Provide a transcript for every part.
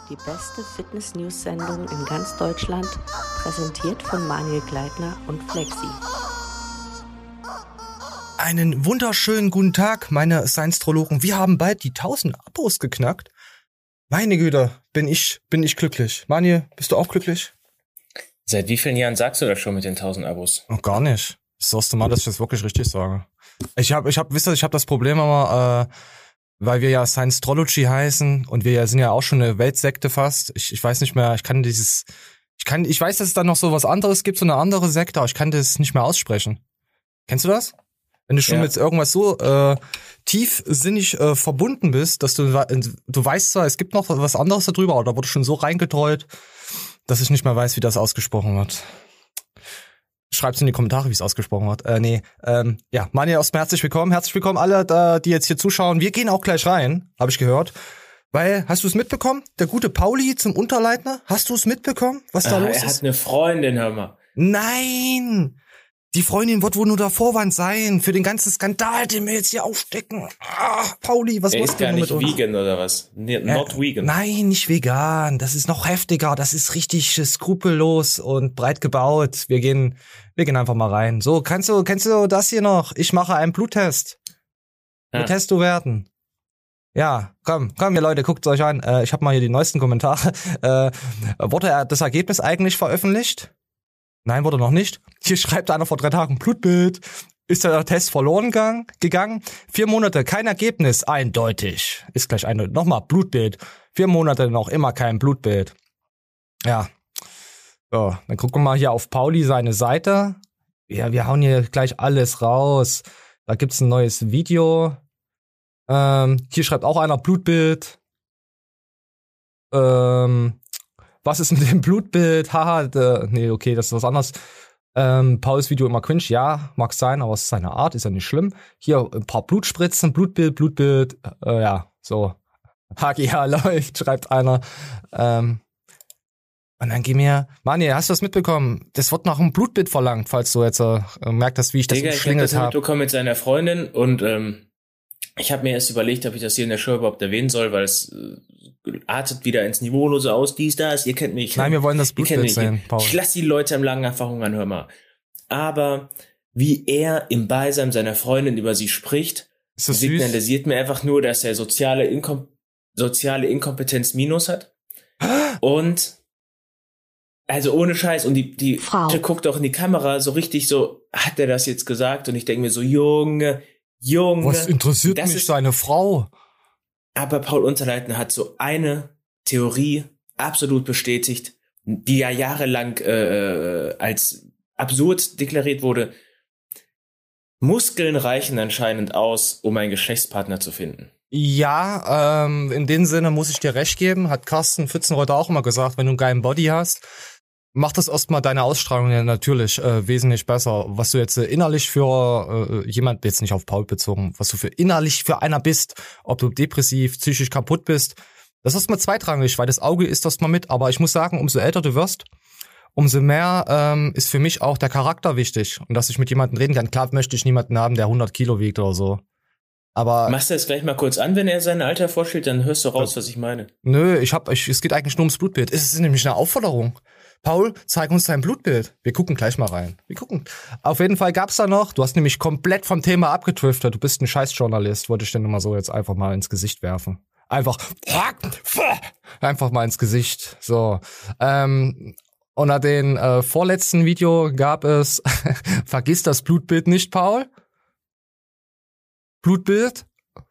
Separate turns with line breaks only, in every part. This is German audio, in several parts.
Die beste Fitness-News-Sendung in ganz Deutschland, präsentiert von Manuel Gleitner und Flexi.
Einen wunderschönen guten Tag, meine Science-Trologen. Wir haben bald die 1000 Abos geknackt. Meine Güte, bin ich glücklich. Manuel, bist du auch glücklich?
Seit wie vielen Jahren sagst du das schon mit den 1000 Abos?
Noch gar nicht. Das ist das erste Mal, dass ich das wirklich richtig sage. Ich hab das Problem immer, weil wir ja Science-Trology heißen und wir sind ja auch schon eine Weltsekte fast. Ich weiß nicht mehr, ich weiß, dass es da noch so was anderes gibt, so eine andere Sekte, aber ich kann das nicht mehr aussprechen. Kennst du das? Wenn du schon mit irgendwas so tiefsinnig verbunden bist, dass du weißt zwar, es gibt noch was anderes darüber, aber da wurde schon so reingetreut, dass ich nicht mehr weiß, wie das ausgesprochen wird. Schreibt's in die Kommentare, wie es ausgesprochen wird. Manuel, erstmal herzlich willkommen. Herzlich willkommen alle, die jetzt hier zuschauen. Wir gehen auch gleich rein, habe ich gehört. Weil, hast du es mitbekommen? Der gute Pauli zum Unterleitner? Hast du es mitbekommen, was da los ist?
Er hat eine Freundin, hör mal.
Nein! Die Freundin wird wohl nur der Vorwand sein für den ganzen Skandal, den wir jetzt hier aufdecken. Pauli, was machst du denn mit uns?
Ist gar nicht vegan oder was? Not vegan.
Nein, nicht vegan. Das ist noch heftiger. Das ist richtig skrupellos und breit gebaut. Wir gehen einfach mal rein. So, kennst du das hier noch? Ich mache einen Bluttest. Wie test du werden? Ja, komm, ihr Leute, guckt euch an. Ich habe mal hier die neuesten Kommentare. Wurde das Ergebnis eigentlich veröffentlicht? Nein, wurde noch nicht. Hier schreibt einer vor 3 Tagen, Blutbild. Ist der Test verloren gegangen? 4 Monate, kein Ergebnis. Eindeutig. Ist gleich eindeutig. Nochmal, Blutbild. 4 Monate noch immer kein Blutbild. Ja. So, dann gucken wir mal hier auf Pauli seine Seite. Ja, wir hauen hier gleich alles raus. Da gibt's ein neues Video. Hier schreibt auch einer Blutbild. Was ist mit dem Blutbild? Haha, okay, das ist was anderes. Pauls Video immer cringe, ja, mag sein, aber es ist seine Art, ist ja nicht schlimm. Hier ein paar Blutspritzen, Blutbild, ja, so. HGH läuft, schreibt einer. Und dann geh mir, Manuel, hast du das mitbekommen? Das wird nach einem Blutbild verlangt, falls du jetzt merkt hast, wie ich das geschlingelt habe.
Du kommst mit seiner Freundin und ich habe mir erst überlegt, ob ich das hier in der Show überhaupt erwähnen soll, weil es artet wieder ins Niveaulose aus, dies, das, ihr kennt mich.
Nein, wir wollen das Blutbild sehen, Paul.
Ich lasse die Leute im Langen einfach hungern, hör mal. Aber wie er im Beisein seiner Freundin über sie spricht, signalisiert mir einfach nur, dass er soziale Inkompetenz minus hat. Und also ohne Scheiß. Und die Frau guckt auch in die Kamera so richtig so, hat er das jetzt gesagt? Und ich denke mir so, Junge.
Was interessiert mich seine Frau?
Aber Paul Unterleitner hat so eine Theorie absolut bestätigt, die ja jahrelang als absurd deklariert wurde. Muskeln reichen anscheinend aus, um einen Geschlechtspartner zu finden.
Ja, in dem Sinne muss ich dir recht geben, hat Carsten Pfützenreuter auch immer gesagt, wenn du einen geilen Body hast, macht das erstmal deine Ausstrahlung ja natürlich wesentlich besser. Was du jetzt innerlich für jemand, jetzt nicht auf Paul bezogen, was du für innerlich für einer bist, ob du depressiv, psychisch kaputt bist, das ist erstmal zweitrangig, weil das Auge ist erstmal mit. Aber ich muss sagen, umso älter du wirst, umso mehr ist für mich auch der Charakter wichtig. Und dass ich mit jemandem reden kann. Klar möchte ich niemanden haben, der 100 Kilo wiegt oder so. Aber
machst du das gleich mal kurz an, wenn er sein Alter vorstellt, dann hörst du raus, was ich meine.
Nö, es geht eigentlich nur ums Blutbild. Es ist nämlich eine Aufforderung. Paul, zeig uns dein Blutbild. Wir gucken gleich mal rein. Auf jeden Fall gab's da noch, du hast nämlich komplett vom Thema abgedriftet. Du bist ein Scheißjournalist, wollte ich dir nur mal so jetzt einfach mal ins Gesicht werfen. Einfach mal ins Gesicht. So. Unter den vorletzten Video gab es, vergiss das Blutbild nicht, Paul. Blutbild.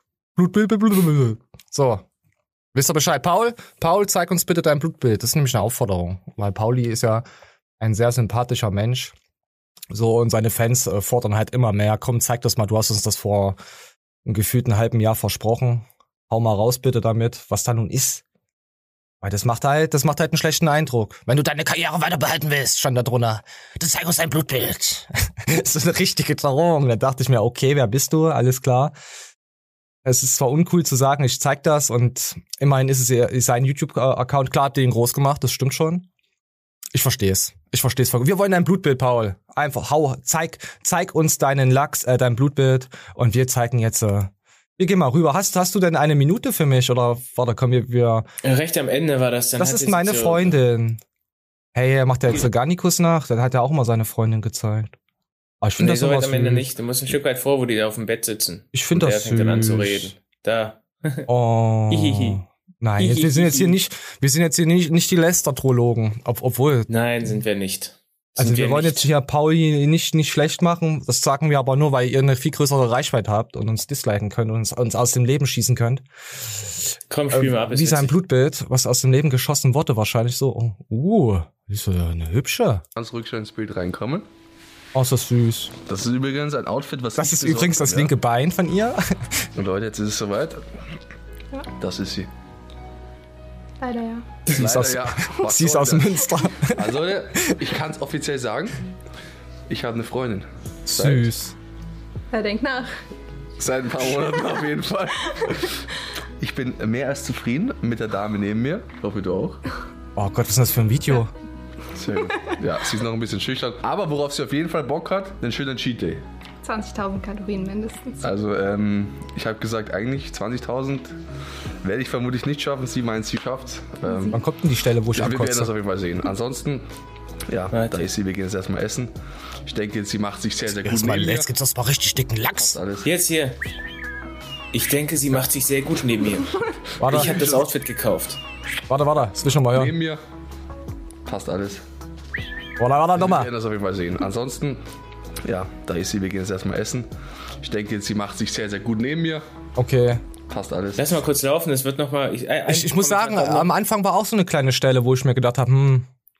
So. Wisst ihr Bescheid? Paul, zeig uns bitte dein Blutbild. Das ist nämlich eine Aufforderung. Weil Pauli ist ja ein sehr sympathischer Mensch. So, und seine Fans fordern halt immer mehr. Komm, zeig das mal. Du hast uns das vor einem gefühlten halben Jahr versprochen. Hau mal raus bitte damit, was da nun ist. Weil das macht halt einen schlechten Eindruck. Wenn du deine Karriere weiter behalten willst, stand da drunter. Dann zeig uns dein Blutbild. Das ist eine richtige Drohung. Da dachte ich mir, okay, wer bist du? Alles klar. Es ist zwar uncool zu sagen, ich zeig das und immerhin ist sein YouTube-Account, klar habt ihr ihn groß gemacht, das stimmt schon. Ich versteh's. Wir wollen dein Blutbild, Paul. Einfach, zeig uns deinen Lachs, dein Blutbild und wir zeigen jetzt Wir gehen mal rüber. Hast du denn eine Minute für mich? Oder warte, komm, wir.
Recht am Ende war das dann.
Das ist meine Freundin. Hey, macht der jetzt Garnikus nach? Dann hat er auch immer seine Freundin gezeigt. Aber ich finde das
so weit
immer
am Ende
süß.
nicht. Du musst ein Stück weit vor, wo die da auf dem Bett sitzen.
Ich finde das
süß. Der fängt dann an zu
süß.
reden. Da.
Oh.
Hihihi.
Nein, wir sind jetzt hier nicht die Lästertrologen. Obwohl.
Nein, sind wir nicht.
Also wir wollen
nicht.
jetzt hier Pauli nicht schlecht machen. Das sagen wir aber nur, weil ihr eine viel größere Reichweite habt und uns disliken könnt und uns aus dem Leben schießen könnt.
Komm, spiel mal ab.
Wie sein Blutbild, was aus dem Leben geschossen wurde, wahrscheinlich so. Ist ja eine hübsche.
Ganz ruhig schon ins Bild reinkommen.
Oh, ist das süß.
Das ist übrigens ein Outfit, was
Das
ich
ist übrigens das
besorgt
linke Bein von ihr.
habe, ja. Und Leute, jetzt ist es soweit. Das ist sie.
Leider ja.
Sie ist
Leider
aus,
ja. Was
sie ist
soll
aus
das?
Münster.
Also Leute, ich kann es offiziell sagen. Ich habe eine Freundin.
Süß.
Er denkt nach.
Seit ein paar Monaten auf jeden Fall. Ich bin mehr als zufrieden mit der Dame neben mir. Hoffe du auch.
Oh Gott, was ist denn das für ein Video?
Sehr gut. Ja, sie ist noch ein bisschen schüchtern. Aber worauf sie auf jeden Fall Bock hat, einen schönen Cheat Day.
20.000 Kalorien mindestens.
Also, ich habe gesagt, eigentlich 20.000 werde ich vermutlich nicht schaffen. Sie meint, sie schafft's.
Wann kommt denn die Stelle, wo ich
Wir werden das
abkotze?
auf jeden Fall sehen. Ansonsten, ja, da ist sie. Wir gehen jetzt erstmal essen. Ich denke, sie macht sich sehr, sehr gut neben mir.
Jetzt gibt's erstmal richtig dicken Lachs.
Alles.
Jetzt hier. Ich denke, sie macht sich sehr gut neben mir.
Warte,
Ich habe das Outfit gekauft.
warte, das will ich noch mal hören.
Neben mir passt alles.
Warte,
Wir
nochmal.
werden das auf jeden Fall sehen. Ansonsten, ja, da ist sie. Wir gehen jetzt erstmal essen. Ich denke, sie macht sich sehr, sehr gut neben mir.
Okay.
Passt alles.
Lass mal kurz laufen, es wird nochmal...
Ich muss sagen, am Anfang war auch so eine kleine Stelle, wo ich mir gedacht habe,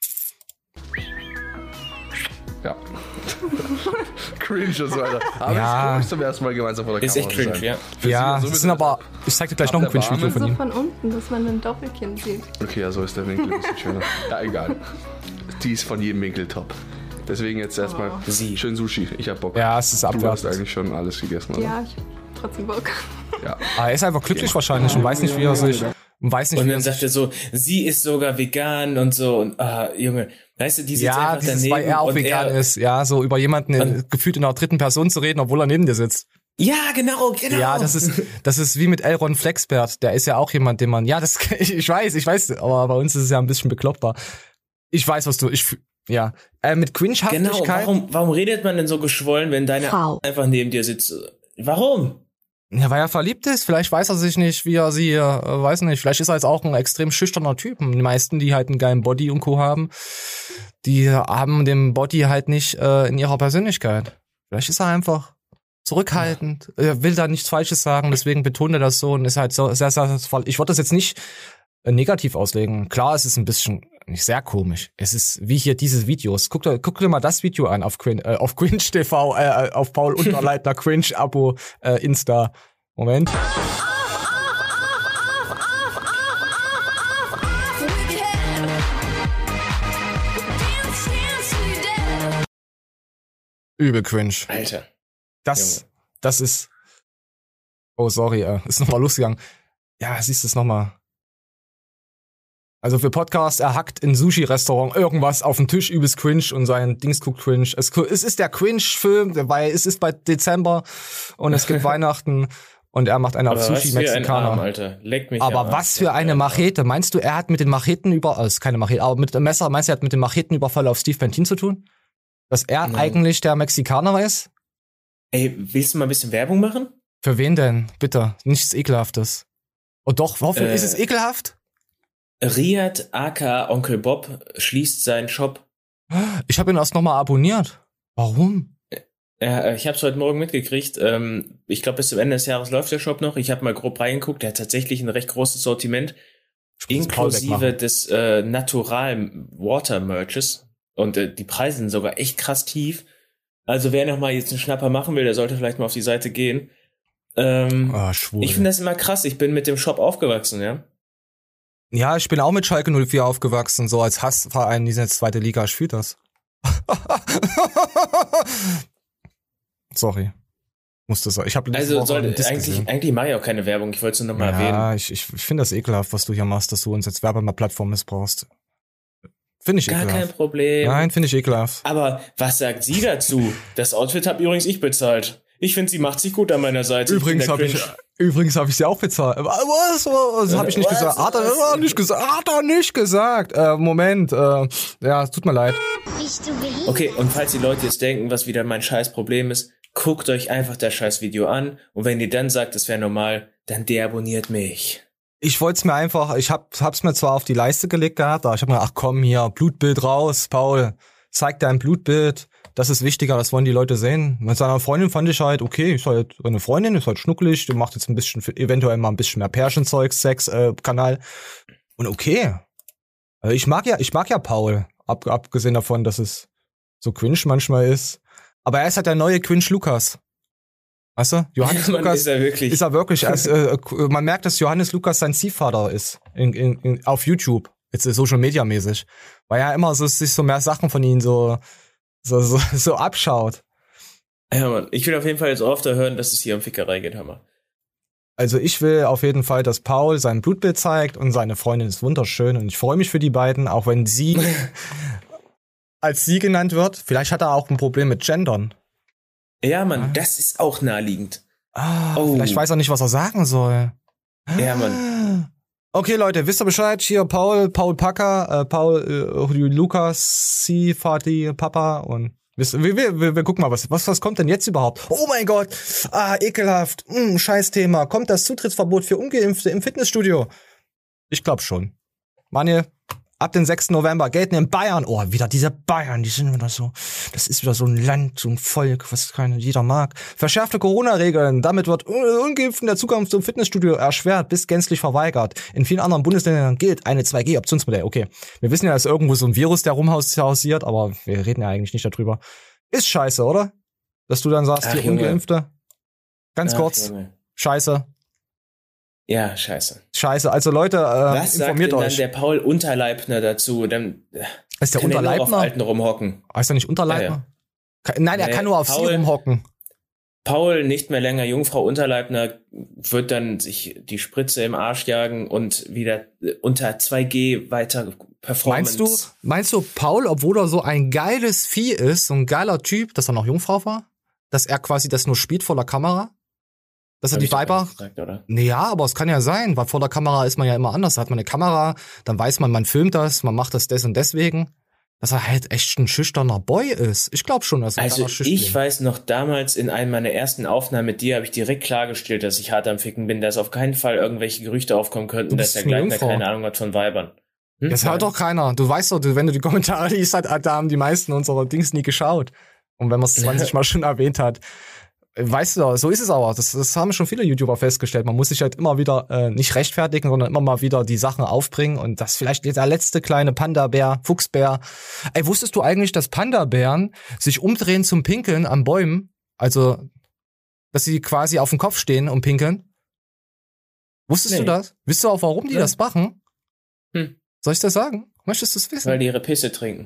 Ja. Cringe und so weiter. Aber
Ja.
es ist komisch, zum ersten Mal gemeinsam vor der
Ist
Kamera
echt
zu
cringe,
sein.
ja.
Für
ja,
sie
das
sowieso
sind aber,
deshalb.
ich zeig dir gleich noch ein
Ab der
Cringe-Video
Bahn.
von
So
ihm.
von unten, dass man ein Doppelkinn sieht.
Okay, ja, so ist der Winkel ein bisschen schöner. Ja, egal. Die ist von jedem Winkel top. Deswegen jetzt erstmal schön Sushi. Ich hab Bock.
Ja, es ist
Du hast
abwertend.
eigentlich schon alles gegessen, oder?
Ja, ich hab trotzdem Bock.
Ja.
Aber er ist einfach glücklich wahrscheinlich und weiß nicht, wie er sich,
Und dann sagt er so, sie ist sogar vegan und so. Und Junge, weißt du, die sitzt
ja,
einfach
dieses,
daneben.
weil er auch
und
vegan ist, ja, so über jemanden gefühlt in der dritten Person zu reden, obwohl er neben dir sitzt.
Ja, genau.
Ja, das ist wie mit Elron Flexbert, der ist ja auch jemand, den man, ja, das, ich weiß, aber bei uns ist es ja ein bisschen bekloppter. Ich weiß, was du, ja, mit Cringe-Haftigkeit.
Genau, warum redet man denn so geschwollen, wenn deine
Frau.
einfach neben dir sitzt? Warum?
Ja, weil er verliebt ist. Vielleicht weiß er sich nicht, wie er sie, weiß nicht. Vielleicht ist er jetzt auch ein extrem schüchterner Typ. Die meisten, die halt einen geilen Body und Co. haben, die haben den Body halt nicht in ihrer Persönlichkeit. Vielleicht ist er einfach zurückhaltend, will da nichts Falsches sagen, deswegen betont er das so und ist halt so sehr, sehr, ich wollte das jetzt nicht negativ auslegen. Klar, es ist ein bisschen nicht sehr komisch. Es ist wie hier diese Videos. Guck dir mal das Video an auf Cringe TV, auf Paul Unterleitner Cringe Abo Insta. Moment. Übel cringe.
Alter.
Das ist. Oh, sorry, ist nochmal losgegangen. Ja, siehst du es nochmal. Also für Podcast, er hackt in Sushi-Restaurant irgendwas auf den Tisch, übelst cringe und sein Dings guckt cringe. Es ist der Cringe-Film, weil es ist bald Dezember und es gibt Weihnachten und er macht einen auf Sushi-Mexikaner.
Alter. Leck mich
Aber
am
was
Arsch.
für eine Machete. Meinst du, er hat mit den Macheten ist keine Machete, aber mit dem Messer, meinst du, er hat mit dem Machetenüberfall auf Steve Bentin zu tun? Dass er eigentlich der Mexikaner ist?
Ey, willst du mal ein bisschen Werbung machen?
Für wen denn? Bitte. Nichts Ekelhaftes. Oh doch, hoffentlich ist es ekelhaft?
Riyad aka Onkel Bob schließt seinen Shop.
Ich habe ihn erst nochmal abonniert. Warum?
Ich habe es heute Morgen mitgekriegt. Ich glaube, bis zum Ende des Jahres läuft der Shop noch. Ich habe mal grob reingeguckt. Der hat tatsächlich ein recht großes Sortiment. Inklusive des Natural Water Merches. Und die Preise sind sogar echt krass tief. Also wer noch mal jetzt einen Schnapper machen will, der sollte vielleicht mal auf die Seite gehen.
Schwul.
Ich finde das immer krass. Ich bin mit dem Shop aufgewachsen, ja.
Ja, ich bin auch mit Schalke 04 aufgewachsen, so als Hassverein, die sind jetzt zweite Liga, ich fühl das. Sorry. Musste sein. Ich habe
Also eigentlich mache ich auch keine Werbung, ich wollte es nur nochmal erwähnen.
Ja, ich finde das ekelhaft, was du hier machst, dass du uns jetzt Werbeplattform missbrauchst. Finde ich ekelhaft.
Gar kein Problem.
Nein, finde ich ekelhaft.
Aber was sagt sie dazu? Das Outfit habe übrigens ich bezahlt. Ich finde, sie macht sich gut an meiner Seite.
Übrigens habe ich sie auch bezahlt. Was habe ich nicht gesagt? Hat er nicht gesagt. Moment. Ja, es tut mir leid.
Okay, und falls die Leute jetzt denken, was wieder mein scheiß Problem ist, guckt euch einfach das scheiß Video an. Und wenn ihr dann sagt, es wäre normal, dann deabonniert mich.
Ich wollte es mir einfach, ich hab's mir zwar auf die Leiste gelegt gehabt, aber ich habe mir gedacht, komm hier, Blutbild raus, Paul. Zeig dein Blutbild. Das ist wichtiger, das wollen die Leute sehen. Mit seiner Freundin fand ich halt, okay, ist halt eine Freundin, ist halt schnuckelig, die macht jetzt ein bisschen, eventuell mal ein bisschen mehr Pärchenzeug, Sex-Kanal. Und okay. Also ich mag ja Paul, abgesehen davon, dass es so cringe manchmal ist. Aber er ist halt der neue Cringe Lukas. Weißt du? Johannes Lukas ist er wirklich. Man merkt, dass Johannes Lukas sein Ziehvater ist. Auf YouTube. Jetzt Social Media mäßig. Weil er immer sich so mehr Sachen von ihm so abschaut.
Ja, Mann. Ich will auf jeden Fall jetzt öfter hören, dass es hier um Fickerei geht, Hammer.
Also ich will auf jeden Fall, dass Paul sein Blutbild zeigt und seine Freundin ist wunderschön und ich freue mich für die beiden, auch wenn sie als sie genannt wird. Vielleicht hat er auch ein Problem mit Gendern.
Ja, Mann, das ist auch naheliegend.
Vielleicht weiß er nicht, was er sagen soll.
Ja, Mann.
Okay, Leute, wisst ihr Bescheid? Hier Paul Packer, Lukas, Sie, Vati, Papa und wir gucken mal, was kommt denn jetzt überhaupt? Oh mein Gott, ekelhaft, Scheißthema. Kommt das Zutrittsverbot für Ungeimpfte im Fitnessstudio? Ich glaube schon. Manuel, ab dem 6. November gelten in Bayern, wieder diese Bayern, die sind wieder so, das ist wieder so ein Land, so ein Volk, was jeder mag. Verschärfte Corona-Regeln, damit wird Ungeimpften der Zugang zum Fitnessstudio erschwert bis gänzlich verweigert. In vielen anderen Bundesländern gilt eine 2G-Optionsmodell. Okay, wir wissen ja, dass irgendwo so ein Virus, der rumhausiert, aber wir reden ja eigentlich nicht darüber. Ist scheiße, oder? Dass du dann sagst, die Ungeimpfte. Ganz kurz, Junge. Scheiße.
Ja, scheiße.
Also Leute,
was
informiert
sagt denn
euch.
dann der Paul Unterleibner dazu? Dann
ist der Unterleibner?
Auf Alten rumhocken.
Heißt er nicht Unterleibner? Ja. Nein, er kann nur auf sie rumhocken.
Paul, nicht mehr länger Jungfrau Unterleibner, wird dann sich die Spritze im Arsch jagen und wieder unter 2G weiter Performance.
Meinst du, Paul, obwohl er so ein geiles Vieh ist, so ein geiler Typ, dass er noch Jungfrau war? Dass er quasi das nur spielt vor der Kamera? Dass er die Weiber. Ja, aber es kann ja sein, weil vor der Kamera ist man ja immer anders. Da hat man eine Kamera, dann weiß man filmt das, man macht das des und deswegen. Dass er halt echt ein schüchterner Boy ist. Ich glaube schon, dass er
schüchtern ist. Ich weiß noch, damals in einem meiner ersten Aufnahmen mit dir habe ich direkt klargestellt, dass ich hart am Ficken bin, dass auf keinen Fall irgendwelche Gerüchte aufkommen könnten, dass der Gleitner keine Ahnung hat von Weibern.
Das hört doch keiner. Du weißt doch, wenn du die Kommentare liest, da haben die meisten unserer Dings nie geschaut. Und wenn man es 20 Mal schon erwähnt hat. Weißt du, so ist es aber. Das haben schon viele YouTuber festgestellt. Man muss sich halt immer wieder nicht rechtfertigen, sondern immer mal wieder die Sachen aufbringen. Und das vielleicht der letzte kleine Panda-Bär, Fuchsbär. Ey, wusstest du eigentlich, dass Panda-Bären sich umdrehen zum Pinkeln an Bäumen? Also, dass sie quasi auf dem Kopf stehen und pinkeln? Wusstest du das? Wisst du auch, warum die das machen? Soll ich das sagen? Möchtest du es wissen?
Weil die ihre Pisse trinken.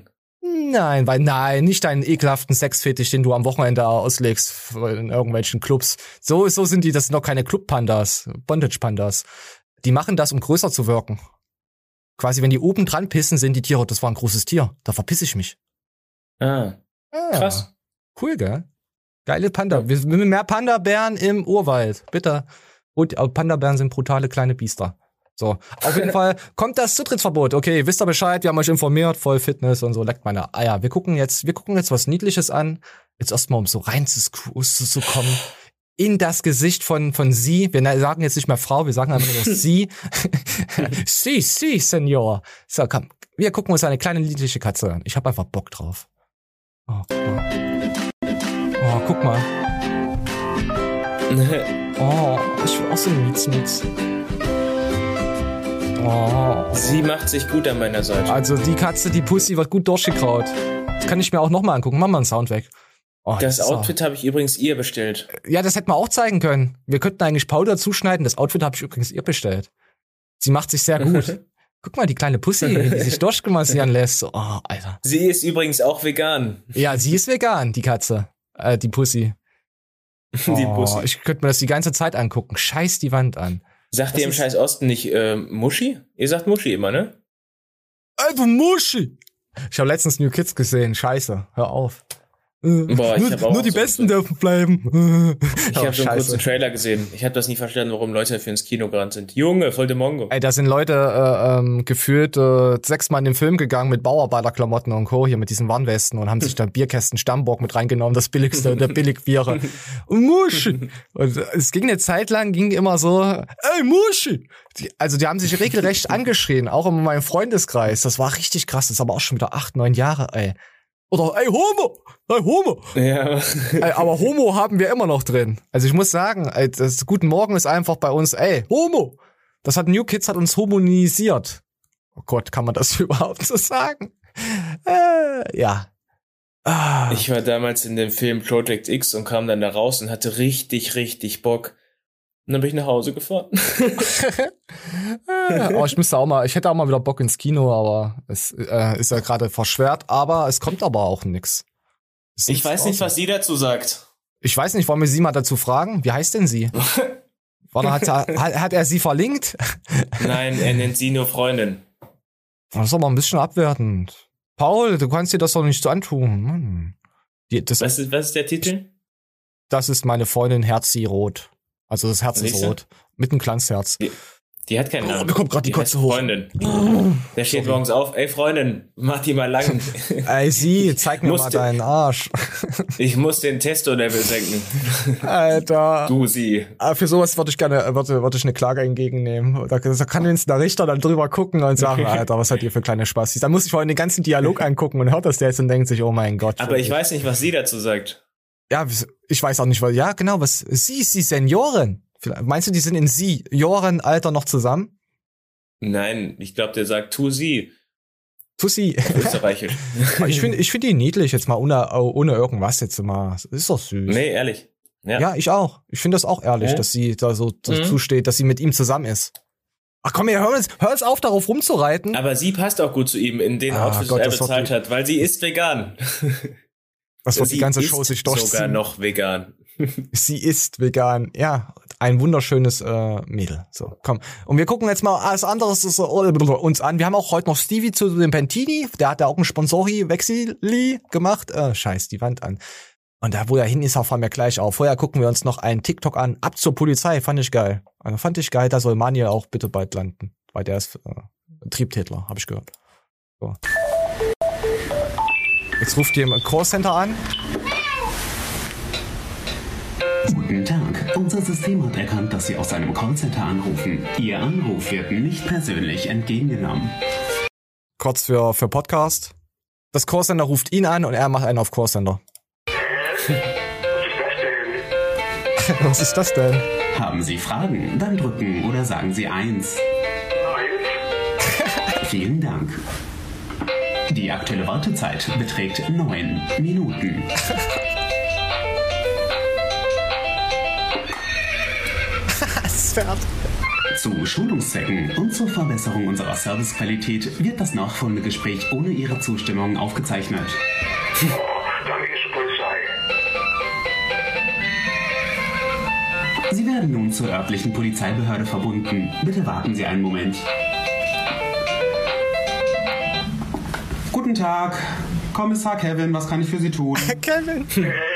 Nein, nicht deinen ekelhaften Sexfetisch, den du am Wochenende auslegst in irgendwelchen Clubs. So sind die, das sind doch keine Club-Pandas, Bondage-Pandas. Die machen das, um größer zu wirken. Quasi, wenn die oben dran pissen, sind die Tiere, das war ein großes Tier, da verpiss ich mich.
Krass.
Cool, gell? Geile Panda. Wir müssen mehr Panda-Bären im Urwald, bitte. Und Panda-Bären sind brutale kleine Biester. So, auf jeden Fall kommt das Zutrittsverbot. Okay, wisst ihr Bescheid, wir haben euch informiert, voll Fitness und so, leckt meine Eier. Wir gucken jetzt was Niedliches an. Jetzt erstmal, um so rein zu kommen. In das Gesicht von sie. Wir sagen jetzt nicht mehr Frau, wir sagen einfach nur sie. Sie, Senor. So, komm, wir gucken uns eine kleine niedliche Katze an. Ich hab einfach Bock drauf. Oh, guck mal. Oh, ich will auch so ein Mietz. Oh.
Sie macht sich gut an meiner Seite.
Also die Katze, die Pussy wird gut durchgekraut. Das kann ich mir auch nochmal angucken. Mach mal einen Sound weg. Oh,
das Outfit habe ich übrigens ihr bestellt.
Ja, das hätten wir auch zeigen können. Wir könnten eigentlich Paul dazu schneiden. Das Outfit habe ich übrigens ihr bestellt. Sie macht sich sehr gut. Guck mal, die kleine Pussy, die sich durchmassieren lässt. Oh, Alter.
Sie ist übrigens auch vegan.
Ja, sie ist vegan, die Katze. Die Pussy.
Die Pussy.
Ich könnte mir das die ganze Zeit angucken. Scheiß die Wand an.
Sagt ihr im scheiß Osten nicht Muschi? Ihr sagt Muschi immer, ne?
Einfach Muschi! Ich habe letztens New Kids gesehen. Scheiße, hör auf.
Boah,
nur die Besten dürfen bleiben.
Ich habe so einen kurzen Trailer gesehen. Ich habe das nie verstanden, warum Leute dafür ins Kino gerannt sind. Junge, voll der Mongo.
Ey, da sind Leute gefühlt 6-mal in den Film gegangen mit Bauarbeiterklamotten und Co. hier mit diesen Warnwesten und haben sich dann Bierkästen Stammbock mit reingenommen, das billigste der Billigbiere. Und Muschi. Und es ging eine Zeit lang, ging immer so, ey Muschi. Die haben sich regelrecht angeschrien, auch in meinem Freundeskreis. Das war richtig krass. Das ist aber auch schon wieder 8, 9 Jahre, ey. Oder, ey, Homo! Ey, Homo!
Ja.
Ey, aber Homo haben wir immer noch drin. Also ich muss sagen, ey, das Guten Morgen ist einfach bei uns, ey, Homo! Das hat New Kids hat uns homonisiert. Oh Gott, kann man das überhaupt so sagen? Ja.
Ich war damals in dem Film Project X und kam dann da raus und hatte richtig, richtig Bock. Und dann bin ich nach Hause gefahren.
Oh, ich hätte auch mal wieder Bock ins Kino, aber es ist ja gerade verschwert, aber es kommt aber auch nix.
Ich weiß nicht, was sie dazu sagt.
Ich weiß nicht, wollen wir sie mal dazu fragen? Wie heißt denn sie? Hat er sie verlinkt?
Nein, er nennt sie nur Freundin.
Das ist aber ein bisschen abwertend. Paul, du kannst dir das doch nicht so antun. Mann.
Was ist der Titel?
Das ist meine Freundin Herzi Rot. Also das Herz ist rot. Mit einem Glanzherz.
Die hat keinen Namen.
Mir kommt gerade die Kotze hoch.
Freundin. Der steht morgens auf. Ey, Freundin, mach die mal lang.
Ey, zeig mir mal deinen Arsch.
Ich muss den Testo-Level senken.
Alter.
Du sie.
Für sowas würde ich eine Klage entgegennehmen. Da kann jetzt der Richter dann drüber gucken und sagen, Alter, was hat ihr für kleine Spaß? Dann muss ich vorhin den ganzen Dialog angucken und hört das der jetzt und denkt sich, oh mein Gott.
Aber ich weiß nicht, was sie dazu sagt.
Ja, ich weiß auch nicht, ja, genau, sie Senioren. Meinst du, die sind in Seniorenalter noch zusammen?
Nein, ich glaube, der sagt, tu sie.
Österreichisch. Ich finde die niedlich, jetzt mal ohne irgendwas jetzt mal. Das ist doch süß.
Nee, ehrlich.
Ja, ich auch. Ich finde das auch ehrlich, dass sie da so zusteht, dass sie mit ihm zusammen ist. Ach komm, hör uns auf, darauf rumzureiten.
Aber sie passt auch gut zu ihm in den Outfits, die er bezahlt hat, weil sie ist vegan.
Das wird die ganze Show sich durchziehen.
Sogar noch vegan.
Sie ist vegan. Ja, ein wunderschönes Mädel. So, komm. Und wir gucken jetzt mal alles anderes uns an. Wir haben auch heute noch Stevie zu dem Pentini. Der hat ja auch einen Sponsori-Wechseli gemacht. Scheiß die Wand an. Und da, wo er hin ist, fahren wir gleich auf. Vorher gucken wir uns noch einen TikTok an. Ab zur Polizei. Fand ich geil. Da soll Manuel auch bitte bald landen. Weil der ist Triebtäter, habe ich gehört. So. Jetzt ruft ihr im Callcenter an.
Guten Tag. Unser System hat erkannt, dass Sie aus einem Callcenter anrufen. Ihr Anruf wird nicht persönlich entgegengenommen.
Kurz für Podcast. Das Callcenter ruft ihn an und er macht einen auf Callcenter. Was ist das denn?
Haben Sie Fragen? Dann drücken oder sagen Sie 1. Vielen Dank. Die aktuelle Wartezeit beträgt 9 Minuten. Zu Schulungszwecken und zur Verbesserung unserer Servicequalität wird das nachfolgende Gespräch ohne Ihre Zustimmung aufgezeichnet. Sie werden nun zur örtlichen Polizeibehörde verbunden. Bitte warten Sie einen Moment. Guten Tag, Kommissar Kevin, was kann ich für Sie tun?
Kevin!